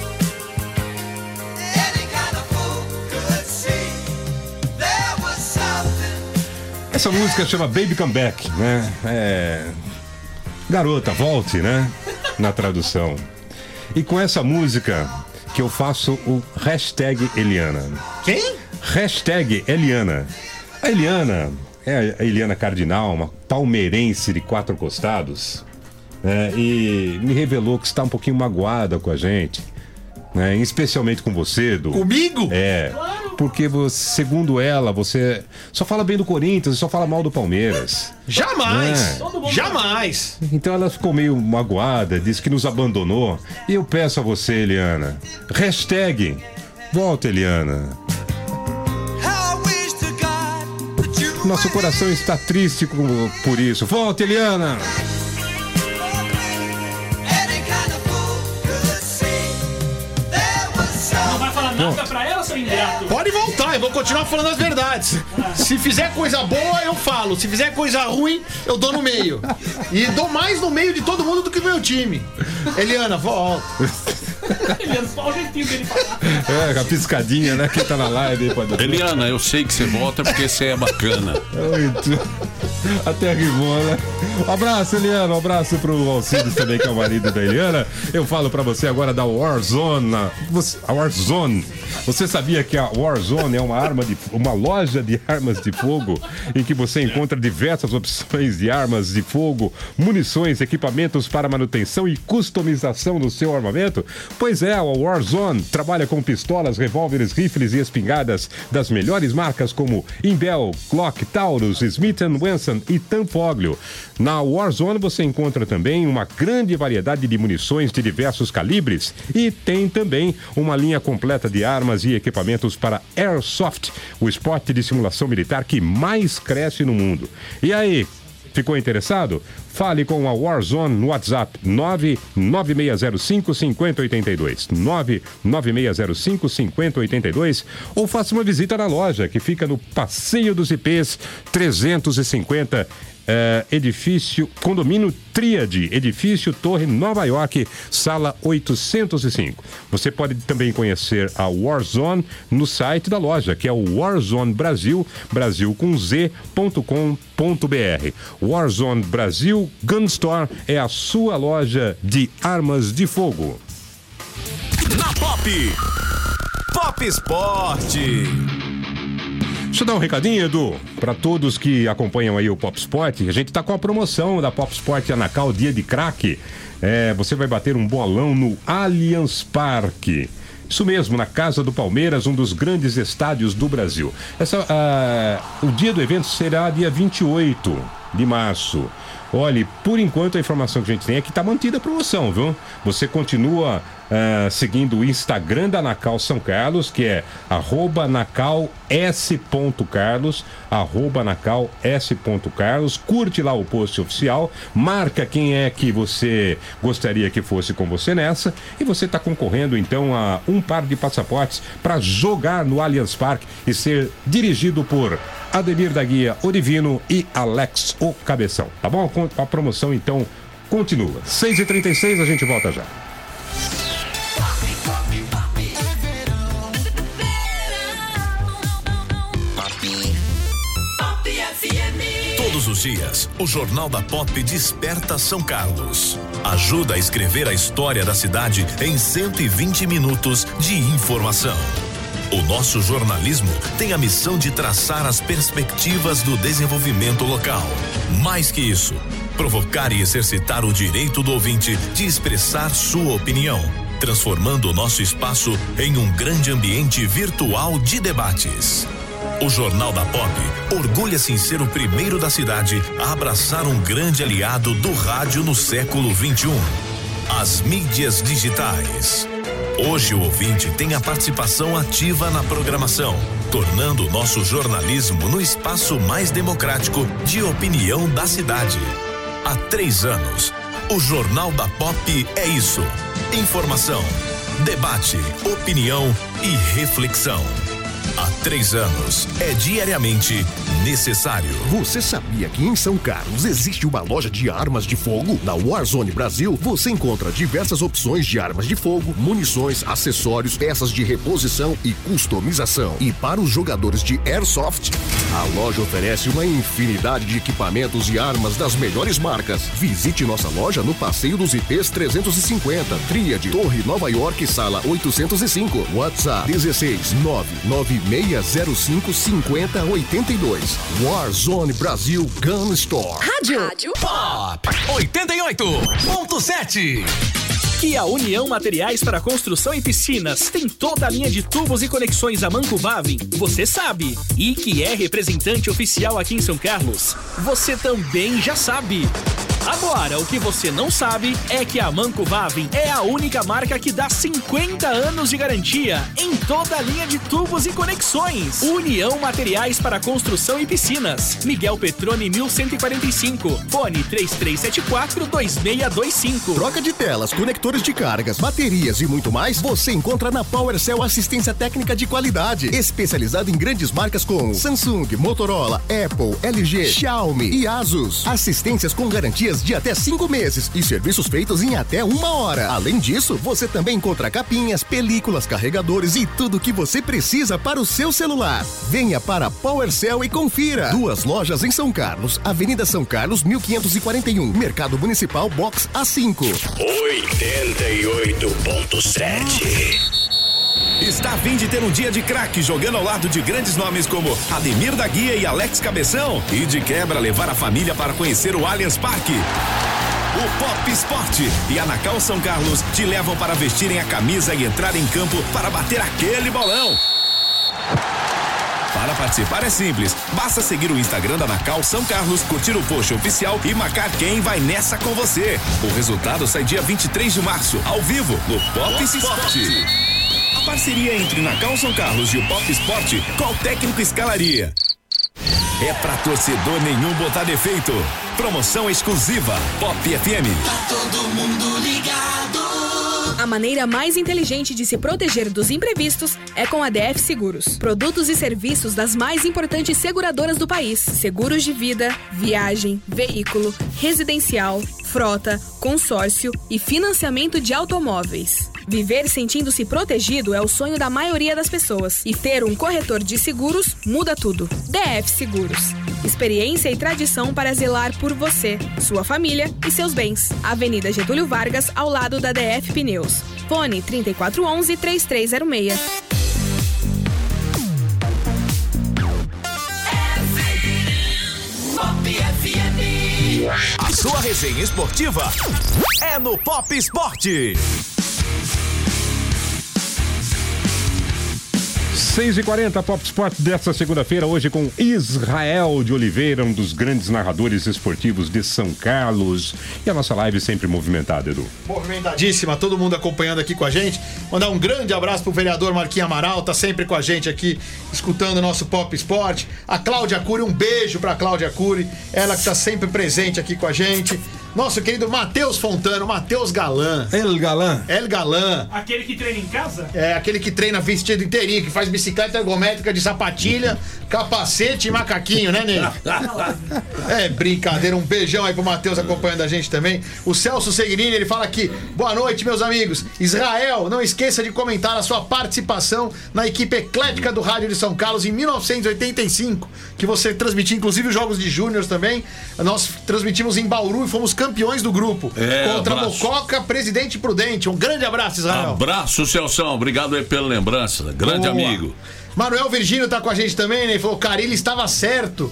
Any kind of fool could see there was something. Essa música chama Baby Come Back, né? Garota, volte, né? Na tradução. E com essa música que eu faço o hashtag Eliana. Quem? Hashtag Eliana. A Eliana é a Eliana Cardinal, uma palmeirense de 4 costados, né? E me revelou que está um pouquinho magoada com a gente, né? Especialmente com você, Edu. Comigo? Porque você, segundo ela, você só fala bem do Corinthians e só fala mal do Palmeiras. Jamais. É. Jamais. Então ela ficou meio magoada, disse que nos abandonou. E eu peço a você, Eliana, hashtag volta, Eliana. How I wish to God that you Nosso coração está triste por isso. Volta, Eliana. any kind of fool could see there was Não something. vai falar nada pra ela, seu ingrato? Pode voltar, eu vou continuar falando as verdades. Se fizer coisa boa, eu falo. Se fizer coisa ruim, eu dou no meio. E dou mais no meio de todo mundo do que o meu time. Eliana, volta. Eliana, só o jeitinho dele falar. A piscadinha, né? Quem tá na live pode... Eliana, eu sei que você volta porque você é bacana. Até rimou, né? Um abraço, Eliana. Um abraço pro Alcides também, que é o marido da Eliana. Eu falo pra você agora da Warzone. A Warzone. Você sabia que a Warzone é uma loja de armas de fogo em que você encontra diversas opções de armas de fogo, munições, equipamentos para manutenção e customização do seu armamento? Pois é, a Warzone trabalha com pistolas, revólveres, rifles e espingardas das melhores marcas como Imbel, Glock, Taurus, Smith & Wesson e Tanfoglio. Na Warzone você encontra também uma grande variedade de munições de diversos calibres e tem também uma linha completa de armas e equipamentos para Airsoft, o esporte de simulação militar que mais cresce no mundo. E aí, ficou interessado? Fale com a Warzone no WhatsApp 99605-5082, 99605-5082, ou faça uma visita na loja que fica no Passeio dos IPs 350, edifício, condomínio Tríade, edifício Torre Nova York, sala 805. Você pode também conhecer a Warzone no site da loja, que é o Warzone Brasil, Brasil com z.com.br. Warzone Brasil Gun Store é a sua loja de armas de fogo. Na Pop Esporte. Deixa eu dar um recadinho, Edu, para todos que acompanham aí o Pop Sport. A gente tá com a promoção da Pop Sport Anacal Dia de Craque. Você vai bater um bolão no Allianz Parque. Isso mesmo, na Casa do Palmeiras, um dos grandes estádios do Brasil. O dia do evento será dia 28 de março. Olha, por enquanto a informação que a gente tem é que tá mantida a promoção, viu? Você continua seguindo o Instagram da Anacal São Carlos, que é @nacals.carlos, @nacals.carlos. Curte lá o post oficial, marca quem é que você gostaria que fosse com você nessa, e você está concorrendo então a um par de passaportes para jogar no Allianz Parque e ser dirigido por Ademir da Guia, o Divino e Alex, o Cabeção. Tá bom? A promoção então continua. 6h36, a gente volta já. Todos os dias, o Jornal da Pop desperta São Carlos. Ajuda a escrever a história da cidade em 120 minutos de informação. O nosso jornalismo tem a missão de traçar as perspectivas do desenvolvimento local. Mais que isso, provocar e exercitar o direito do ouvinte de expressar sua opinião, transformando o nosso espaço em um grande ambiente virtual de debates. O Jornal da Pop orgulha-se em ser o primeiro da cidade a abraçar um grande aliado do rádio no século XXI: as mídias digitais. Hoje o ouvinte tem a participação ativa na programação, tornando o nosso jornalismo no espaço mais democrático de opinião da cidade. Há 3 anos, o Jornal da Pop é isso. Informação, debate, opinião e reflexão. Há 3 anos, é diariamente necessário. Você sabia que em São Carlos existe uma loja de armas de fogo? Na Warzone Brasil, você encontra diversas opções de armas de fogo, munições, acessórios, peças de reposição e customização. E para os jogadores de Airsoft, a loja oferece uma infinidade de equipamentos e armas das melhores marcas. Visite nossa loja no Passeio dos IPs 350, Tríade, Torre Nova York, Sala 805. WhatsApp 16 99605 5082. Warzone Brasil Gun Store. Rádio Pop 88.7. Que a União Materiais para Construção e Piscinas tem toda a linha de tubos e conexões a Mancuvavin, você sabe. E que é representante oficial aqui em São Carlos, você também já sabe. Agora, o que você não sabe é que a Mancuvavin é a única marca que dá 50 anos de garantia em toda a linha de tubos e conexões. União Materiais para Construção e Piscinas. Miguel Petroni 1145. Fone 3374-2625. Troca de telas, conectores de cargas, baterias e muito mais, você encontra na PowerCell Assistência Técnica de Qualidade, especializada em grandes marcas como Samsung, Motorola, Apple, LG, Xiaomi e Asus. Assistências com garantias de até 5 meses e serviços feitos em até 1 hora. Além disso, você também encontra capinhas, películas, carregadores e tudo o que você precisa para o seu celular. Venha para a PowerCell e confira. 2 lojas em São Carlos, Avenida São Carlos, 1541, Mercado Municipal, Box A5. 88.7. Está a fim de ter um dia de craque jogando ao lado de grandes nomes como Ademir da Guia e Alex Cabeção? E de quebra levar a família para conhecer o Allianz Parque? O Pop Sport e a Nacal São Carlos te levam para vestirem a camisa e entrar em campo para bater aquele bolão. Para participar é simples, basta seguir o Instagram da Nacal São Carlos, curtir o post oficial e marcar quem vai nessa com você. O resultado sai dia 23 de março, ao vivo, no Pop Sport. A parceria entre Nacal São Carlos e o Pop Sport, qual técnico escalaria? É pra torcedor nenhum botar defeito. Promoção exclusiva Pop FM. Tá todo mundo ligado. A maneira mais inteligente de se proteger dos imprevistos é com a DF Seguros. Produtos e serviços das mais importantes seguradoras do país. Seguros de vida, viagem, veículo, residencial, frota, consórcio e financiamento de automóveis. Viver sentindo-se protegido é o sonho da maioria das pessoas. E ter um corretor de seguros muda tudo. DF Seguros. Experiência e tradição para zelar por você, sua família e seus bens. Avenida Getúlio Vargas, ao lado da DF Pneus. Fone 3411-3306. A sua resenha esportiva é no Pop Esporte. 6h40, Pop Sport desta segunda-feira, hoje com Israel de Oliveira, um dos grandes narradores esportivos de São Carlos. E a nossa live sempre movimentada, Edu. Movimentadíssima, todo mundo acompanhando aqui com a gente. Mandar um grande abraço pro vereador Marquinhos Amaral, tá sempre com a gente aqui, escutando o nosso Pop Sport. A Cláudia Cury, um beijo pra Cláudia Cury, ela que tá sempre presente aqui com a gente. Nosso querido Matheus Fontano, Matheus Galã. El Galã. El Galã. Aquele que treina em casa? É, aquele que treina vestido inteirinho, que faz bicicleta ergométrica de sapatilha, capacete e macaquinho, né, Ney? É brincadeira, um beijão aí pro Matheus acompanhando a gente também. O Celso Segrini, ele fala aqui: boa noite, meus amigos. Israel, não esqueça de comentar a sua participação na equipe eclética do Rádio de São Carlos em 1985, que você transmitiu, inclusive os jogos de júniors também. Nós transmitimos em Bauru e fomos campeões do grupo. Contra Mococa, Presidente Prudente. Um grande abraço, Israel. Abraço, Celção. Obrigado aí pela lembrança. Grande amigo. Manuel Virgínio tá com a gente também, né? Ele falou: Carilli estava certo.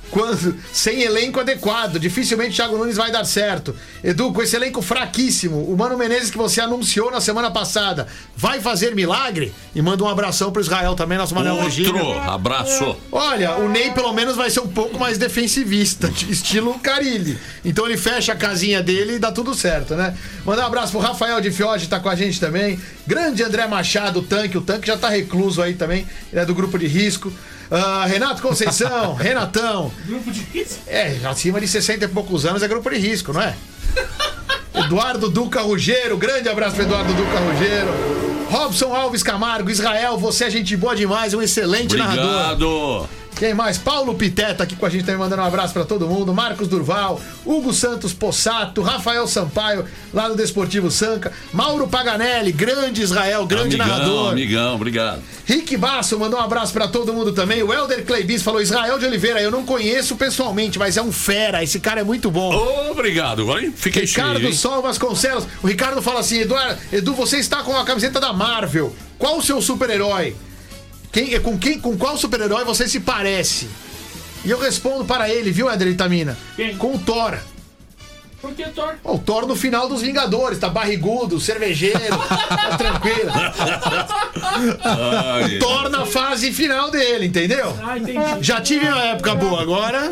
sem elenco adequado. Dificilmente o Thiago Nunes vai dar certo. Edu, com esse elenco fraquíssimo, o Mano Menezes que você anunciou na semana passada, vai fazer milagre? E manda um abração pro Israel também, nosso Manel Regina. Abraço. Olha, o Ney pelo menos vai ser um pouco mais defensivista, estilo Carille. Então ele fecha a casinha dele e dá tudo certo, né? Mandar um abraço pro Rafael de Fioge, tá com a gente também. Grande André Machado, o Tanque já tá recluso aí também, ele é do grupo de risco. Renato Conceição, Renatão. Grupo de risco? Acima de 60 e poucos anos é grupo de risco, não é? Eduardo Duca Ruggiero, grande abraço pro Eduardo Duca Ruggiero. Robson Alves Camargo, Israel, você é gente boa demais, um excelente narrador. Obrigado. Quem mais? Paulo Piteta aqui com a gente também, mandando um abraço pra todo mundo. Marcos Durval, Hugo Santos Possato, Rafael Sampaio, lá do Desportivo Sanca. Mauro Paganelli, grande Israel, grande narrador. Amigão, obrigado. Rick Basso mandou um abraço pra todo mundo também. O Helder Cleibis falou: Israel de Oliveira, eu não conheço pessoalmente, mas é um fera, esse cara é muito bom. Obrigado, agora fiquei Ricardo cheio, Sol Vasconcelos. O Ricardo fala assim: Edu, você está com a camiseta da Marvel. Qual o seu super-herói? Com qual super-herói você se parece? E eu respondo para ele, viu, Éder Itamina? Quem? Com o Thor. Por que Thor? O Thor no final dos Vingadores, tá barrigudo, cervejeiro, tá tranquilo. O Thor na fase final dele, entendeu? Entendi. Já tive uma época boa, agora.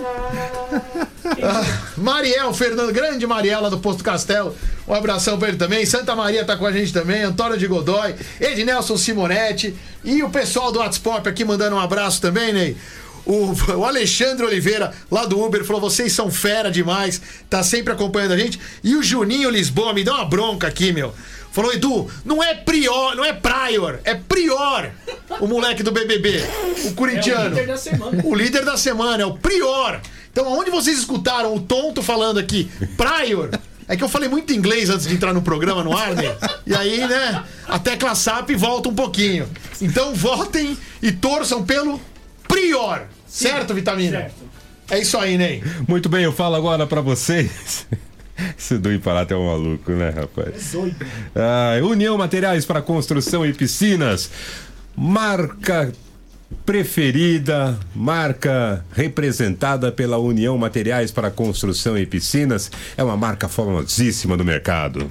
Mariel, Fernando, grande Mariel lá do Posto Castelo. Um abração pra ele também. Santa Maria tá com a gente também. Antônio de Godoy, Ednelson Simonetti. E o pessoal do WhatsApp aqui mandando um abraço também, Ney. O Alexandre Oliveira, lá do Uber, falou: vocês são fera demais, tá sempre acompanhando a gente. E o Juninho Lisboa me deu uma bronca aqui, meu. Falou: Edu, não é Prior, não é Prior, é Prior, o moleque do BBB, o corintiano. É o líder da semana. O líder da semana, é o Prior. Então, aonde vocês escutaram o tonto falando aqui, Prior? É que eu falei muito inglês antes de entrar no programa, no ar, né? E aí, né, a tecla SAP volta um pouquinho. Então, votem e torçam pelo Prior. Certo, Vitamina? Certo. É isso aí, Ney. Muito bem, eu falo agora pra vocês. Esse do Ipará é um maluco, né, rapaz? É doido. União Materiais para Construção e Piscinas. Marca preferida, marca representada pela União Materiais para Construção e Piscinas. É uma marca famosíssima do mercado.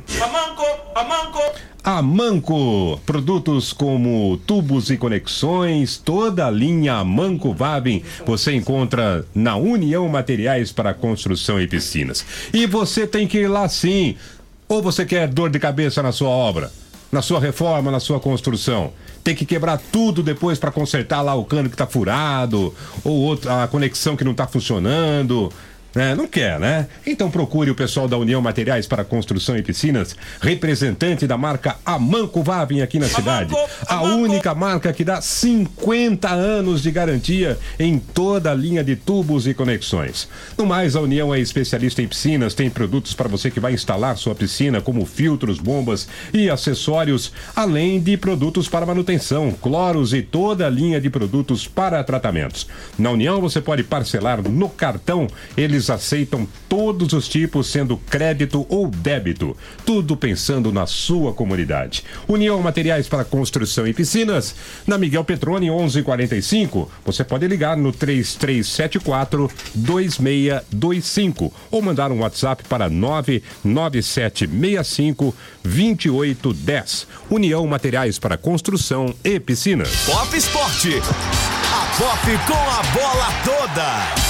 Amanco, produtos como tubos e conexões, toda a linha Amanco Vavin você encontra na União Materiais para Construção e Piscinas. E você tem que ir lá sim. Ou você quer dor de cabeça na sua obra, na sua reforma, na sua construção? Tem que quebrar tudo depois para consertar lá o cano que tá furado, ou a conexão que não tá funcionando. Não quer, né? Então procure o pessoal da União Materiais para Construção e Piscinas, representante da marca Amanco Vavin aqui na cidade. A única marca que dá 50 anos de garantia em toda a linha de tubos e conexões. No mais, a União é especialista em piscinas, tem produtos para você que vai instalar sua piscina, como filtros, bombas e acessórios, além de produtos para manutenção, cloros e toda a linha de produtos para tratamentos. Na União você pode parcelar no cartão, eles aceitam todos os tipos, sendo crédito ou débito. Tudo pensando na sua comunidade. União Materiais para Construção e Piscinas, na Miguel Petroni 1145. Você pode ligar no 3374-2625 ou mandar um WhatsApp para 99765-2810. União Materiais para Construção e Piscinas. Pop Esporte. A Pop com a bola toda.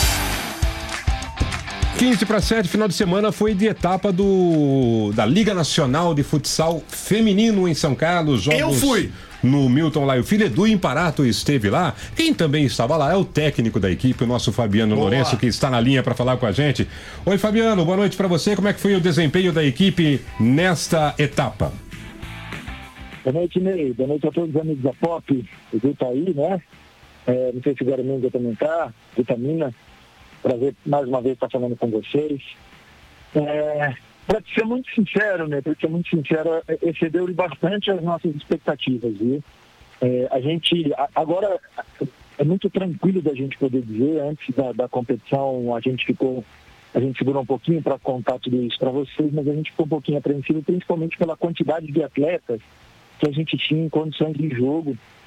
15:07, final de semana foi de etapa da Liga Nacional de Futsal Feminino em São Carlos. Jogos Eu fui! No Milton Laio Filho. Edu Imparato esteve lá. Quem também estava lá é o técnico da equipe, o nosso Fabiano Lourenço, que está na linha para falar com a gente. Oi, Fabiano, boa noite para você. Como é que foi o desempenho da equipe nesta etapa? Boa noite, Ney. Boa noite a todos os amigos da Pop. O Edu tá aí, né? Não sei se o Guaraminga também tá. Vitamina. Prazer mais uma vez estar falando com vocês. Para ser muito sincero, né? Para ser muito sincero, excedeu bastante as nossas expectativas, viu? A gente agora é muito tranquilo da gente poder dizer. Antes da competição, a gente segurou um pouquinho para contar tudo isso para vocês, mas a gente ficou um pouquinho apreensivo, principalmente pela quantidade de atletas que a gente tinha em condições de jogo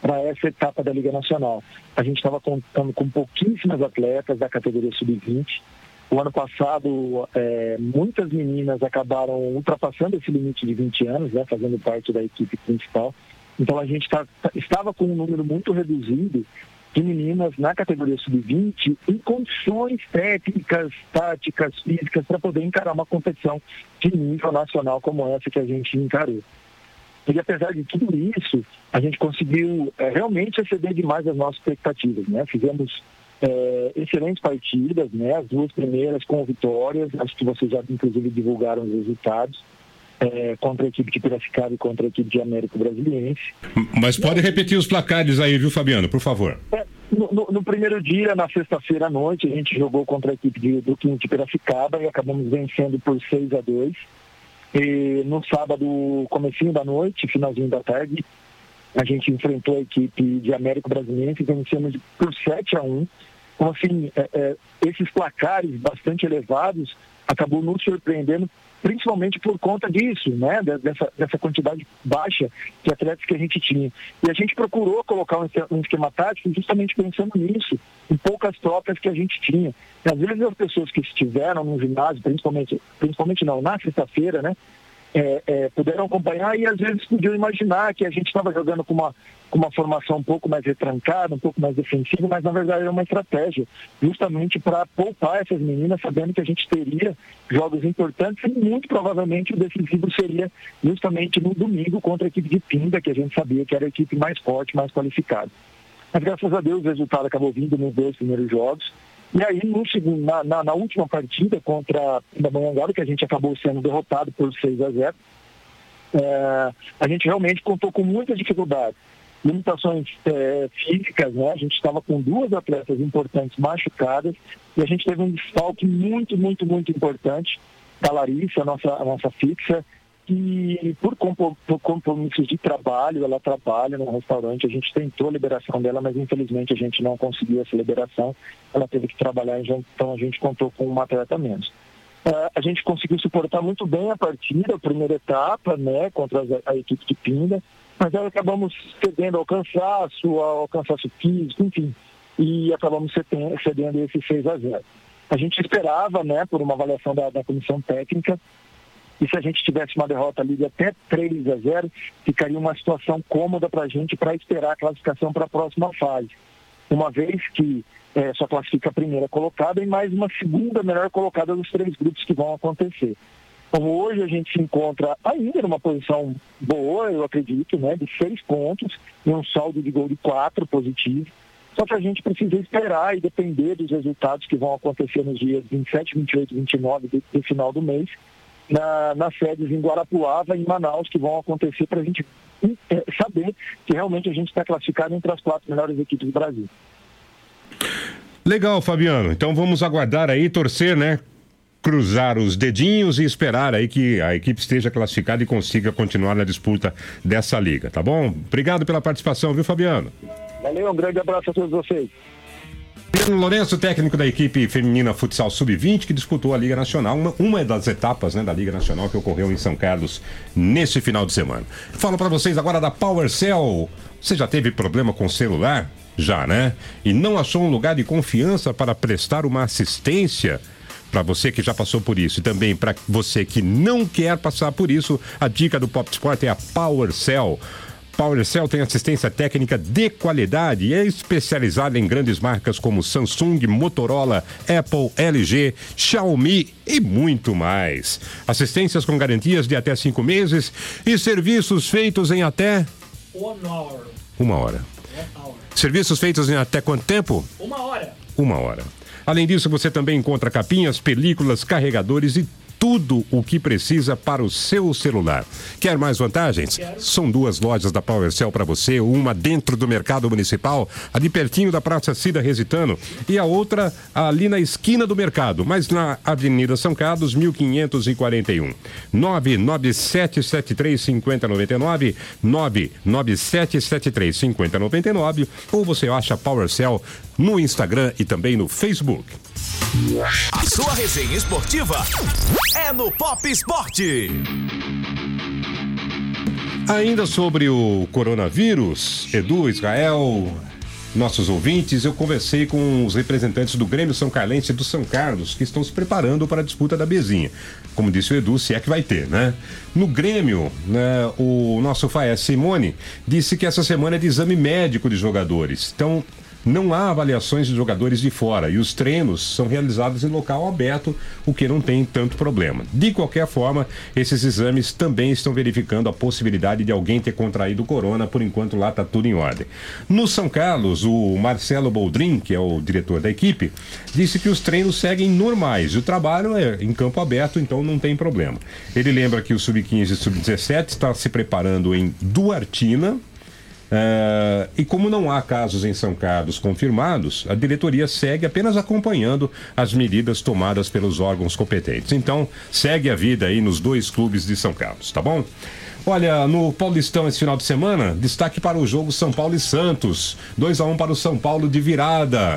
para essa etapa da Liga Nacional. A gente estava contando com pouquíssimas atletas da categoria sub-20. O ano passado, muitas meninas acabaram ultrapassando esse limite de 20 anos, né, fazendo parte da equipe principal. Então a gente estava com um número muito reduzido de meninas na categoria sub-20 em condições técnicas, táticas, físicas para poder encarar uma competição de nível nacional como essa que a gente encarou. E apesar de tudo isso, a gente conseguiu realmente exceder demais as nossas expectativas, né? Fizemos excelentes partidas, né? As 2 primeiras com vitórias, acho que vocês já inclusive divulgaram os resultados, contra a equipe de Piracicaba e contra a equipe de Américo Brasiliense. Mas pode repetir os placares aí, viu, Fabiano, por favor? No primeiro dia, na sexta-feira à noite, a gente jogou contra a equipe do Quinto de Piracicaba e acabamos vencendo por 6-2. E no sábado, comecinho da noite, finalzinho da tarde, a gente enfrentou a equipe de Américo Brasiliense e vencemos por 7-1. Então, assim, esses placares bastante elevados acabou nos surpreendendo, principalmente por conta disso, né? Dessa quantidade baixa de atletas que a gente tinha. E a gente procurou colocar um esquema tático justamente pensando nisso, em poucas trocas que a gente tinha. E às vezes as pessoas que estiveram no ginásio, principalmente não, na sexta-feira, né? Puderam acompanhar e às vezes podiam imaginar que a gente estava jogando com uma formação um pouco mais retrancada, um pouco mais defensiva, mas na verdade era uma estratégia justamente para poupar essas meninas, sabendo que a gente teria jogos importantes e muito provavelmente o decisivo seria justamente no domingo contra a equipe de Pinda, que a gente sabia que era a equipe mais forte, mais qualificada. Mas graças a Deus o resultado acabou vindo nos 2 primeiros jogos. E aí, na última partida contra a Pindamonhangaba, que a gente acabou sendo derrotado por 6-0, a gente realmente contou com muitas dificuldades. Limitações físicas, né? A gente estava com 2 atletas importantes machucadas e a gente teve um desfalque muito, muito, muito importante da Larissa, a nossa fixa, que por compromissos de trabalho, ela trabalha no restaurante, a gente tentou a liberação dela, mas infelizmente a gente não conseguiu essa liberação, ela teve que trabalhar, então a gente contou com um atleta menos. A gente conseguiu suportar muito bem a partida, a primeira etapa, né, contra a equipe de Pinda, mas aí acabamos cedendo ao cansaço físico, enfim, e acabamos cedendo esse 6-0. A gente esperava, né, por uma avaliação da comissão técnica, e se a gente tivesse uma derrota ali de até 3-0, ficaria uma situação cômoda para a gente para esperar a classificação para a próxima fase. Uma vez que só classifica a primeira colocada e mais uma segunda melhor colocada dos 3 grupos que vão acontecer. Então hoje a gente se encontra ainda numa posição boa, eu acredito, né, de 6 pontos e um saldo de gol de 4 positivo. Só que a gente precisa esperar e depender dos resultados que vão acontecer nos dias 27, 28 e 29 do final do mês, nas sedes em Guarapuava e em Manaus, que vão acontecer para a gente saber que realmente a gente está classificado entre as 4 melhores equipes do Brasil. Legal, Fabiano. Então vamos aguardar aí, torcer, né? Cruzar os dedinhos e esperar aí que a equipe esteja classificada e consiga continuar na disputa dessa liga, tá bom? Obrigado pela participação, viu, Fabiano? Valeu, um grande abraço a todos vocês. Fabiano Lourenço, técnico da equipe feminina futsal sub-20, que disputou a Liga Nacional, uma das etapas, né, da Liga Nacional que ocorreu em São Carlos nesse final de semana. Falo para vocês agora da PowerCell. Você já teve problema com o celular? Já, né? E não achou um lugar de confiança para prestar uma assistência? Para você que já passou por isso e também para você que não quer passar por isso, a dica do Pop Sport é a PowerCell. PowerCell tem assistência técnica de qualidade e é especializada em grandes marcas como Samsung, Motorola, Apple, LG, Xiaomi e muito mais. Assistências com garantias de até 5 meses e serviços feitos em até... 1 hora. Serviços feitos em até quanto tempo? 1 hora. 1 hora. Além disso, você também encontra capinhas, películas, carregadores e tudo o que precisa para o seu celular. Quer mais vantagens? São 2 lojas da PowerCell para você, uma dentro do Mercado Municipal, ali pertinho da Praça Cida Resitano, e a outra ali na esquina do mercado, mas na Avenida São Carlos, 1541. 997735099, 997735099, ou você acha PowerCell no Instagram e também no Facebook. A sua resenha esportiva é no Pop Sport. Ainda sobre o coronavírus, Edu, Israel, nossos ouvintes, eu conversei com os representantes do Grêmio São Carlense e do São Carlos, que estão se preparando para a disputa da Bezinha. Como disse o Edu, se é que vai ter, né? No Grêmio, né, o nosso Faés Simone disse que essa semana é de exame médico de jogadores. Então, não há avaliações de jogadores de fora e os treinos são realizados em local aberto, o que não tem tanto problema. De qualquer forma, esses exames também estão verificando a possibilidade de alguém ter contraído o corona, por enquanto lá está tudo em ordem. No São Carlos, o Marcelo Boldrin, que é o diretor da equipe, disse que os treinos seguem normais e o trabalho é em campo aberto, então não tem problema. Ele lembra que o Sub-15 e Sub-17 está se preparando em Duartina. E como não há casos em São Carlos confirmados, a diretoria segue apenas acompanhando as medidas tomadas pelos órgãos competentes. Então, segue a vida aí nos 2 clubes de São Carlos, tá bom? Olha, no Paulistão esse final de semana, destaque para o jogo São Paulo e Santos. 2-1 para o São Paulo de virada.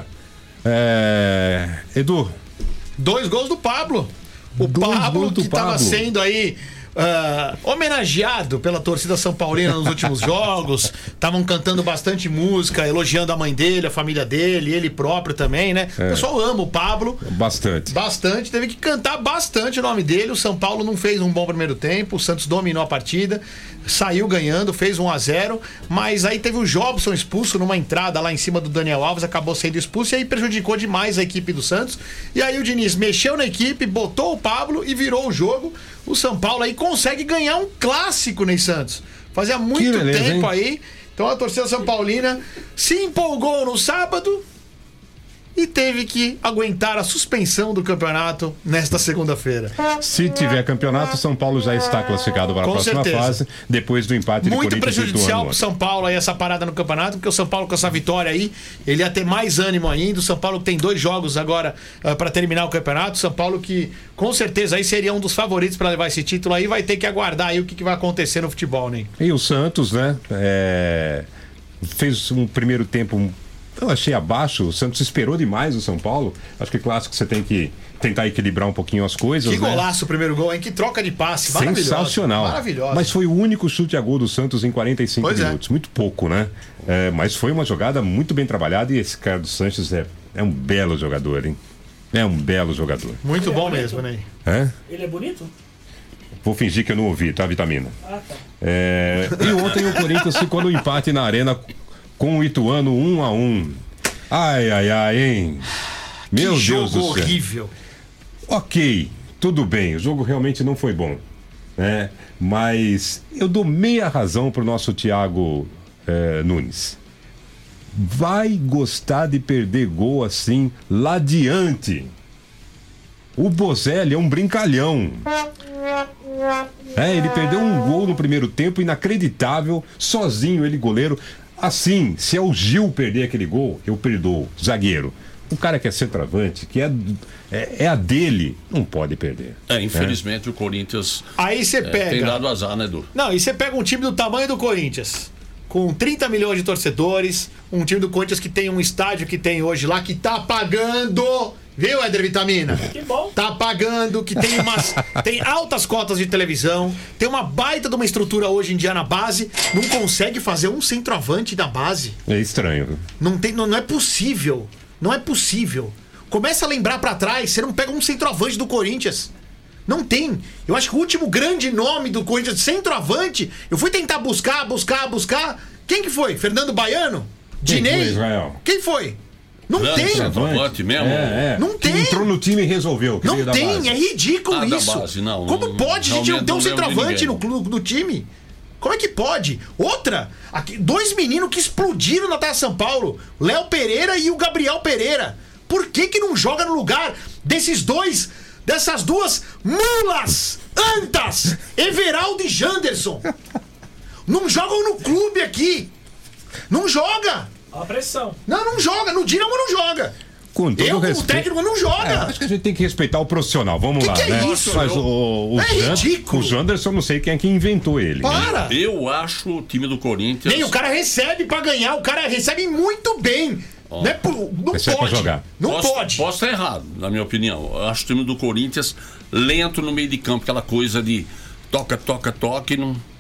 Edu? 2 gols do Pablo. O Pablo que estava sendo aí homenageado pela torcida São Paulina nos últimos jogos. Estavam cantando bastante música, elogiando a mãe dele, a família dele, ele próprio também, né? O pessoal ama o Pablo. Bastante. Teve que cantar bastante o nome dele. O São Paulo não fez um bom primeiro tempo. O Santos dominou a partida, saiu ganhando, fez 1-0. Mas aí teve o Jobson expulso numa entrada lá em cima do Daniel Alves, acabou sendo expulso e aí prejudicou demais a equipe do Santos. E aí o Diniz mexeu na equipe, botou o Pablo e virou o jogo. O São Paulo aí consegue ganhar um clássico, Ney Santos. Fazia muito tempo, hein? Aí. Então a torcida São Paulina se empolgou no sábado e teve que aguentar a suspensão do campeonato nesta segunda-feira. Se tiver campeonato, o São Paulo já está classificado para a próxima fase, depois do empate de Corinthians. Muito prejudicial para o São Paulo aí essa parada no campeonato, porque o São Paulo com essa vitória aí, ele ia ter mais ânimo ainda. O São Paulo tem 2 jogos agora para terminar o campeonato. O São Paulo que com certeza aí seria um dos favoritos para levar esse título aí, vai ter que aguardar aí o que vai acontecer no futebol, né? E o Santos, né? Fez um primeiro tempo... Eu achei abaixo, o Santos esperou demais o São Paulo. Acho que clássico você tem que tentar equilibrar um pouquinho as coisas. Que golaço o primeiro gol, hein? Que troca de passe, sensacional. Maravilhoso. Mas foi o único chute a gol do Santos em 45 minutos. Muito pouco, né? Mas foi uma jogada muito bem trabalhada e esse cara do Sanches é um belo jogador, hein? É um belo jogador. Muito bom mesmo, né? Ele é bonito? Vou fingir que eu não ouvi, tá, Vitamina? Tá. E ontem o Corinthians ficou no empate na arena com o Ituano 1-1. Ai, hein? Meu Deus do céu. Jogo horrível. Ok, tudo bem, o jogo realmente não foi bom, né? Mas eu dou meia razão pro nosso Thiago Nunes. Vai gostar de perder gol assim lá adiante. O Bozelli é um brincalhão. Ele perdeu um gol no primeiro tempo, inacreditável, sozinho ele, goleiro. Assim, se é o Gil perder aquele gol, eu perdoo. Zagueiro. O cara que é centroavante, que é a dele, não pode perder. Infelizmente o Corinthians aí você pega, tem dado azar, né, Edu? Não, e você pega um time do tamanho do Corinthians, com 30 milhões de torcedores, um time do Corinthians que tem um estádio que tem hoje lá, que tá pagando... Viu, Éder Vitamina? Que bom. Tá pagando, que tem altas cotas de televisão, tem uma baita de uma estrutura hoje em dia na base, não consegue fazer um centroavante da base. É estranho. Não é possível. Não é possível. Começa a lembrar pra trás, você não pega um centroavante do Corinthians. Não tem. Eu acho que o último grande nome do Corinthians, centroavante, eu fui tentar buscar. Quem que foi? Fernando Baiano? Dinei? Quem foi? Não tem. Mesmo? Não tem. Entrou no time e resolveu. Não tem, é ridículo isso. Da base, não. Como pode a gente não ter um centroavante no time? Como é que pode? Outra, 2 meninos que explodiram na Taça São Paulo, Léo Pereira e o Gabriel Pereira. Por que não joga no lugar dessas 2 mulas, antas, Everaldo e Janderson? Não jogam no clube aqui. Não joga. A pressão. Não joga. No Dinamo não joga. Com todo como técnico, não joga. Acho que a gente tem que respeitar o profissional. Vamos lá, que né? É isso? Mas ridículo. O Janderson, não sei quem é que inventou ele. Para. Eu acho o time do Corinthians... Nem o cara recebe pra ganhar. O cara recebe muito bem. Não pode. Pra jogar. Posso estar errado, na minha opinião. Eu acho o time do Corinthians lento no meio de campo. Aquela coisa de toca e não...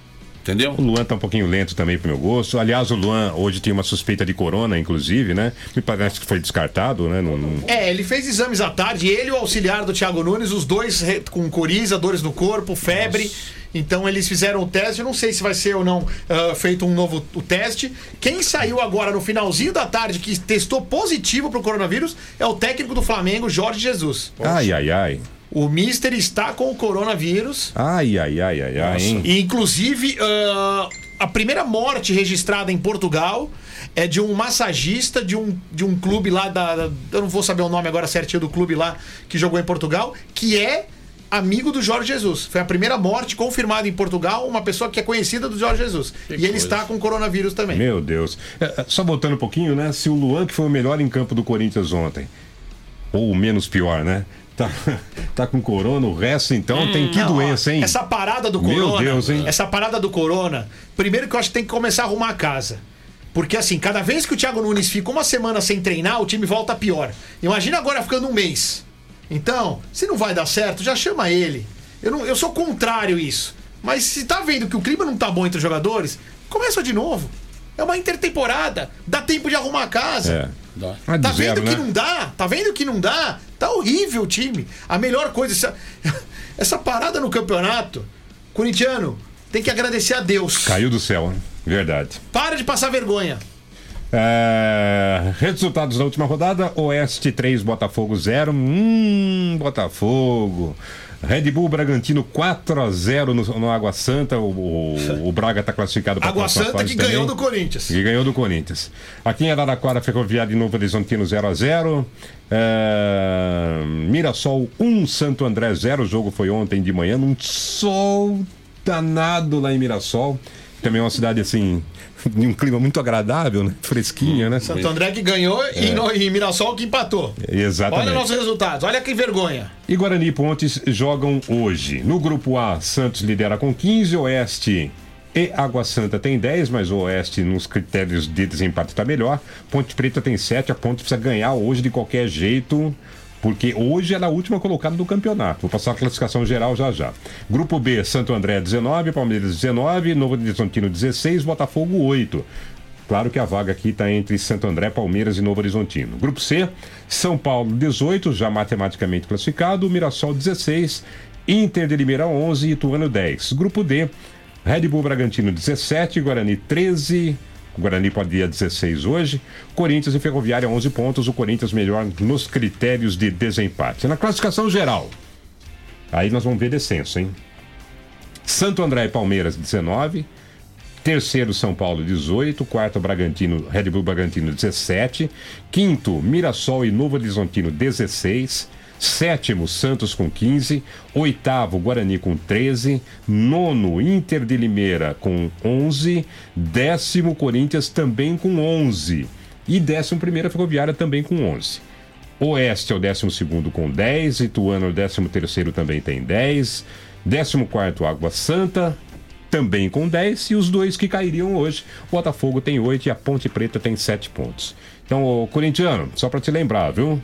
entendeu? O Luan tá um pouquinho lento também pro meu gosto. Aliás, o Luan hoje tem uma suspeita de corona, inclusive, né? Me parece que foi descartado, né? Ele fez exames à tarde, ele e o auxiliar do Thiago Nunes, os dois com coriza, dores no corpo, febre. Nossa. Então eles fizeram o teste, eu não sei se vai ser ou não feito um novo teste. Quem saiu agora no finalzinho da tarde que testou positivo pro coronavírus é o técnico do Flamengo, Jorge Jesus. Ai, ai, ai. O Mister está com o coronavírus. Ai, ai, ai, ai, ai, hein? E inclusive a primeira morte registrada em Portugal é de um massagista de um clube lá eu não vou saber o nome agora certinho do clube lá que jogou em Portugal, que é amigo do Jorge Jesus. Foi a primeira morte confirmada em Portugal, uma pessoa que é conhecida do Jorge Jesus. E ele está com coronavírus também. Meu Deus. Só voltando um pouquinho, né? Se o Luan, que foi o melhor em campo do Corinthians ontem, ou o menos pior, né? Tá com corona, o resto então tem que doença, hein? Essa parada do corona. Meu Deus, hein? Essa parada do corona. Primeiro que eu acho que tem que começar a arrumar a casa. Porque assim, cada vez que o Thiago Nunes fica uma semana sem treinar, o time volta pior. Imagina agora ficando um mês. Então, se não vai dar certo, já chama ele. Eu sou contrário a isso. Mas se tá vendo que o clima não tá bom entre os jogadores, começa de novo. É uma intertemporada. Dá tempo de arrumar a casa. Tá vendo que não dá? Tá vendo que não dá? Tá horrível o time. A melhor coisa... Essa parada no campeonato, corintiano, tem que agradecer a Deus. Caiu do céu, hein? Verdade. Para de passar vergonha. Resultados da última rodada: Oeste 3, Botafogo 0. Botafogo. Red Bull Bragantino 4-0 no Água Santa. O Braga está classificado para a Água Santa que ganhou do Corinthians. Que ganhou do Corinthians. Aqui em Araraquara, Ferroviária de Novo Horizontino 0-0. Mirassol 1, Santo André 0. O jogo foi ontem de manhã, num sol danado lá em Mirassol. Também é uma cidade assim, de um clima muito agradável, né? Fresquinha, né? Santo André que ganhou e Mirassol que empatou. Exatamente. Olha nossos resultados, olha que vergonha. E Guarani e Pontes jogam hoje. No grupo A, Santos lidera com 15, Oeste e Água Santa tem 10, mas o Oeste nos critérios de desempate está melhor. Ponte Preta tem 7, a Ponte precisa ganhar hoje de qualquer jeito, porque hoje ela é a última colocada do campeonato. Vou passar a classificação geral já. Grupo B, Santo André 19, Palmeiras 19, Novo Horizontino 16, Botafogo 8. Claro que a vaga aqui está entre Santo André, Palmeiras e Novo Horizontino. Grupo C, São Paulo 18, já matematicamente classificado, Mirassol 16, Inter de Limeira 11 e Ituano 10. Grupo D, Red Bull Bragantino 17, Guarani 13... O Guarani pode ir a 16 hoje. Corinthians e Ferroviária 11 pontos. O Corinthians melhor nos critérios de desempate. Na classificação geral, aí nós vamos ver descenso, hein? Santo André e Palmeiras 19. Terceiro, São Paulo 18. Quarto, Red Bull Bragantino 17. Quinto, Mirassol e Novo Horizontino 16. Sétimo, Santos com 15. Oitavo, Guarani com 13. Nono, Inter de Limeira com 11. Décimo, Corinthians também com 11. E 11ª, Ferroviária também com 11. Oeste é o 12º com 10. Ituano é o 13º também tem 10. 14º, Água Santa também com 10. E os dois que cairiam hoje, o Botafogo tem 8 e a Ponte Preta tem 7 pontos. Então, o corintiano, só para te lembrar, viu?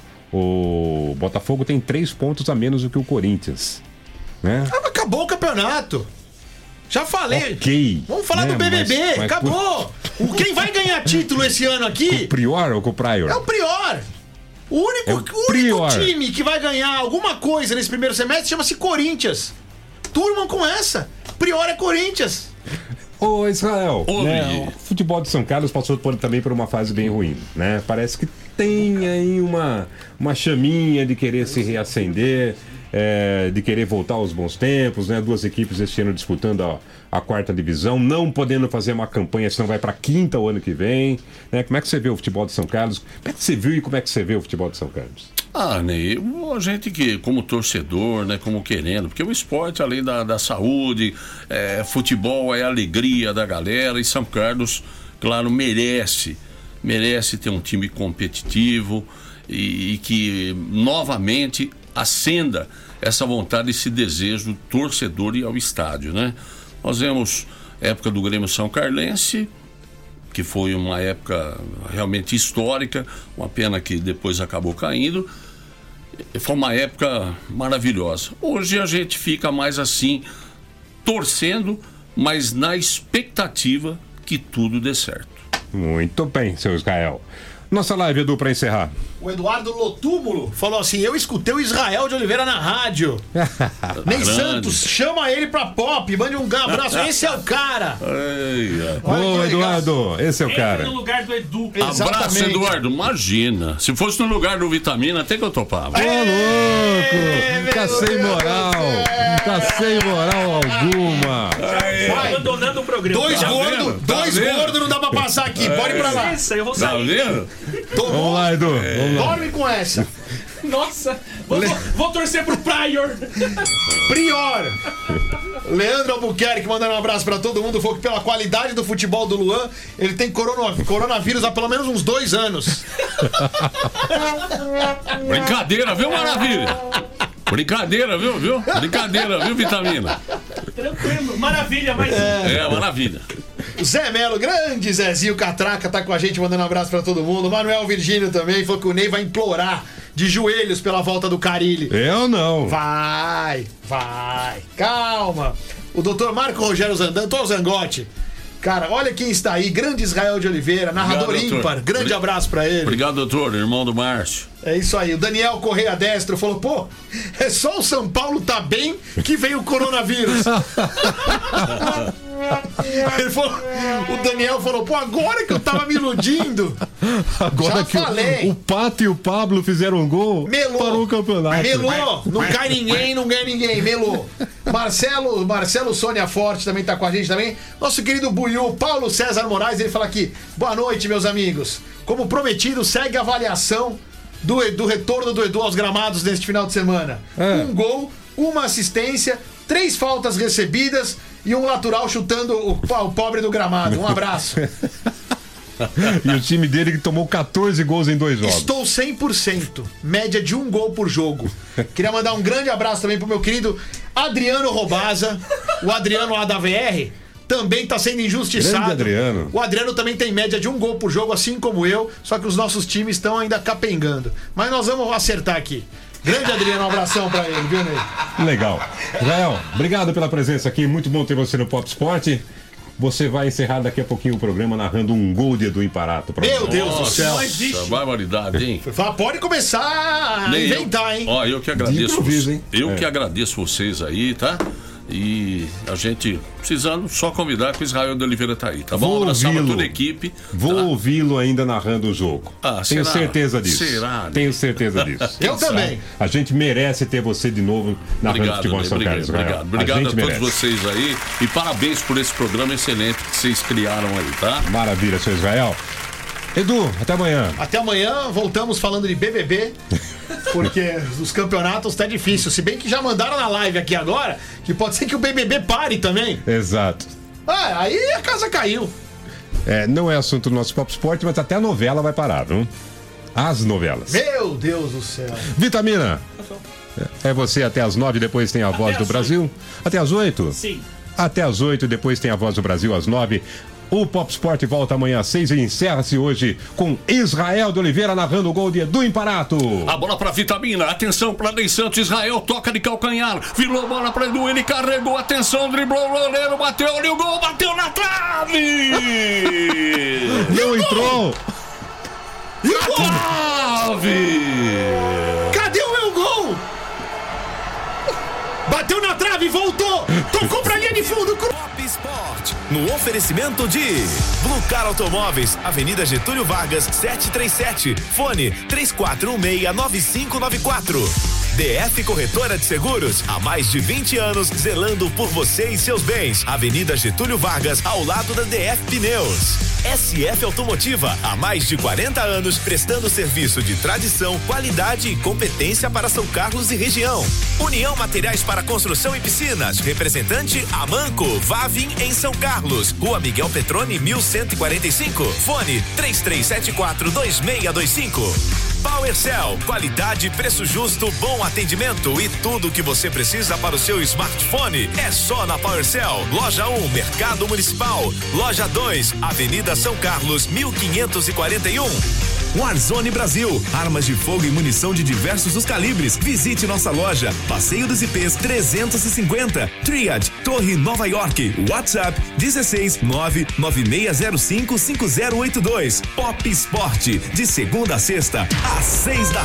O Botafogo tem 3 pontos a menos do que o Corinthians, né? Acabou o campeonato. Já falei. Ok. Vamos falar do BBB. Mas acabou. Quem vai ganhar título esse ano aqui? Com o Prior ou com o Prior? É o Prior. O único time que vai ganhar alguma coisa nesse primeiro semestre chama-se Corinthians. Turmam com essa. Prior é Corinthians. Ô Israel, né, o futebol de São Carlos passou também por uma fase bem ruim, né? Parece que tem aí uma chaminha de querer se reacender, de querer voltar aos bons tempos, né? Duas equipes este ano disputando a 4ª divisão, não podendo fazer uma campanha, senão vai para a 5ª o ano que vem, né? Como é que você vê o futebol de São Carlos? Como é que você viu e como é que você vê o futebol de São Carlos? Ney, a gente que, como torcedor, né, como querendo, porque o esporte, além da saúde, futebol é a alegria da galera, e São Carlos, claro, merece ter um time competitivo e que novamente acenda essa vontade, esse desejo do torcedor ir ao estádio, né? Nós vemos a época do Grêmio São Carlense, que foi uma época realmente histórica, uma pena que depois acabou caindo. Foi uma época maravilhosa. Hoje a gente fica mais assim, torcendo mas na expectativa que tudo dê certo. Muito bem, seu Israel. Nossa live, Edu, pra encerrar. O Eduardo Lotúmulo falou assim: eu escutei o Israel de Oliveira na rádio. Ney Santos, chama ele pra pop, mande um abraço. Esse é o cara. Ô, Eduardo, esse é o cara. no lugar do Edu. Abraço, Eduardo. Imagina. Se fosse no lugar do Vitamina, até que eu topava. Ô, louco! Tá sem moral. Tá sem moral alguma. Abandonando o programa. Dois gordos não dá pra passar aqui. Pode ir pra lá. Isso, eu vou Tá sair. vendo? Vamos lá, Edu. Vamos lá. Dorme com essa. Nossa, vou torcer pro Prior. Leandro Albuquerque mandando um abraço pra todo mundo. Falou que pela qualidade do futebol do Luan, ele tem coronavírus há pelo menos uns 2 anos. Brincadeira, viu, Maravilha? Brincadeira, viu? Brincadeira, viu, Vitamina? Tranquilo, maravilha, mas... maravilha. Zé Melo, grande Zezinho Catraca, tá com a gente mandando um abraço pra todo mundo. Manuel Virgínio também falou que o Ney vai implorar de joelhos pela volta do Carille. Eu não. Vai. Calma. O doutor Marco Rogério Zangotti. Cara, olha quem está aí, grande Israel de Oliveira, narrador Obrigado, ímpar. Grande abraço pra ele. Obrigado, doutor, irmão do Márcio. É isso aí. O Daniel Correia Destro falou: pô, é só o São Paulo tá bem que veio o coronavírus. Ele falou, o Daniel falou: pô, agora que eu tava me iludindo. Agora já que falei. o Pato e o Pablo fizeram um gol, parou o campeonato. Melou, não cai ninguém, não ganha ninguém, melou. Marcelo Sônia Forte também tá com a gente também. Nosso querido Buiú, Paulo César Moraes, ele fala aqui: boa noite, meus amigos. Como prometido, segue a avaliação do retorno do Edu aos gramados neste final de semana. Um gol, uma assistência, 3 faltas recebidas e um lateral chutando o pobre do gramado. Um abraço. E o time dele que tomou 14 gols em 2 jogos. Estou 100%. Média de 1 gol por jogo. Queria mandar um grande abraço também pro meu querido Adriano Robaza. O Adriano lá da VR também tá sendo injustiçado. Grande Adriano. O Adriano também tem média de 1 gol por jogo, assim como eu. Só que os nossos times estão ainda capengando. Mas nós vamos acertar aqui. Grande Adriano, um abração pra ele, viu, Ney? Legal. Israel, obrigado pela presença aqui. Muito bom ter você no Pop Sport. Você vai encerrar daqui a pouquinho o programa narrando um gol de Edu Imparato. Meu Deus do céu. Nossa, barbaridade, hein? Pode começar a inventar, hein? Ó, eu que agradeço. improviso, hein? Que agradeço vocês aí, tá? E a gente precisando só convidar que o Israel de Oliveira tá aí, tá bom? Abraçar toda a equipe. Vou ouvi-lo ainda narrando o jogo. Tenho certeza disso. Será? Tenho certeza disso. Eu também. A gente merece ter você de novo narrando futebol em São Carlos. Obrigado a todos vocês aí e parabéns por esse programa excelente que vocês criaram aí, tá? Maravilha, seu Israel. Edu, até amanhã. Até amanhã, voltamos falando de BBB, porque os campeonatos tá difícil. Se bem que já mandaram na live aqui agora, que pode ser que o BBB pare também. Exato. Aí a casa caiu. Não é assunto do nosso Pop Sport, mas até a novela vai parar, viu? As novelas. Meu Deus do céu. Vitamina. É você até as 9, depois tem a Voz do Brasil. Até as 8? Sim. Até as 8, depois tem a Voz do Brasil às 9. O Pop Sport volta amanhã às 6 e encerra-se hoje com Israel de Oliveira narrando o gol de Edu Imparato. A bola pra Vitamina, atenção pra Ney Santos, Israel toca de calcanhar, virou a bola pra Edu, ele carregou, atenção, driblou o goleiro, bateu, olha o gol, bateu na trave! Não entrou! Na trave! Cadê o meu gol? Bateu na trave, voltou, tocou pra linha de fundo. Pop Sport, no oferecimento de Blue Car Automóveis, Avenida Getúlio Vargas, 737, fone 3416-9594. DF Corretora de Seguros, há mais de 20 anos, zelando por você e seus bens. Avenida Getúlio Vargas, ao lado da DF Pneus. SF Automotiva, há mais de 40 anos, prestando serviço de tradição, qualidade e competência para São Carlos e região. União Materiais para Construção e Piscinas, representante Amanco, Vavin em São Carlos, Rua Miguel Petroni, 1145, fone 3374-2625. PowerCell, qualidade, preço justo, bom atendimento e tudo o que você precisa para o seu smartphone é só na PowerCell. Loja 1, Mercado Municipal. Loja 2, Avenida São Carlos, 1541. Warzone Brasil, armas de fogo e munição de diversos os calibres. Visite nossa loja, Passeio dos IPs 350. Triad, Torre Nova York. WhatsApp 16 996055082. Pop Sport, de segunda a sexta, às 6 da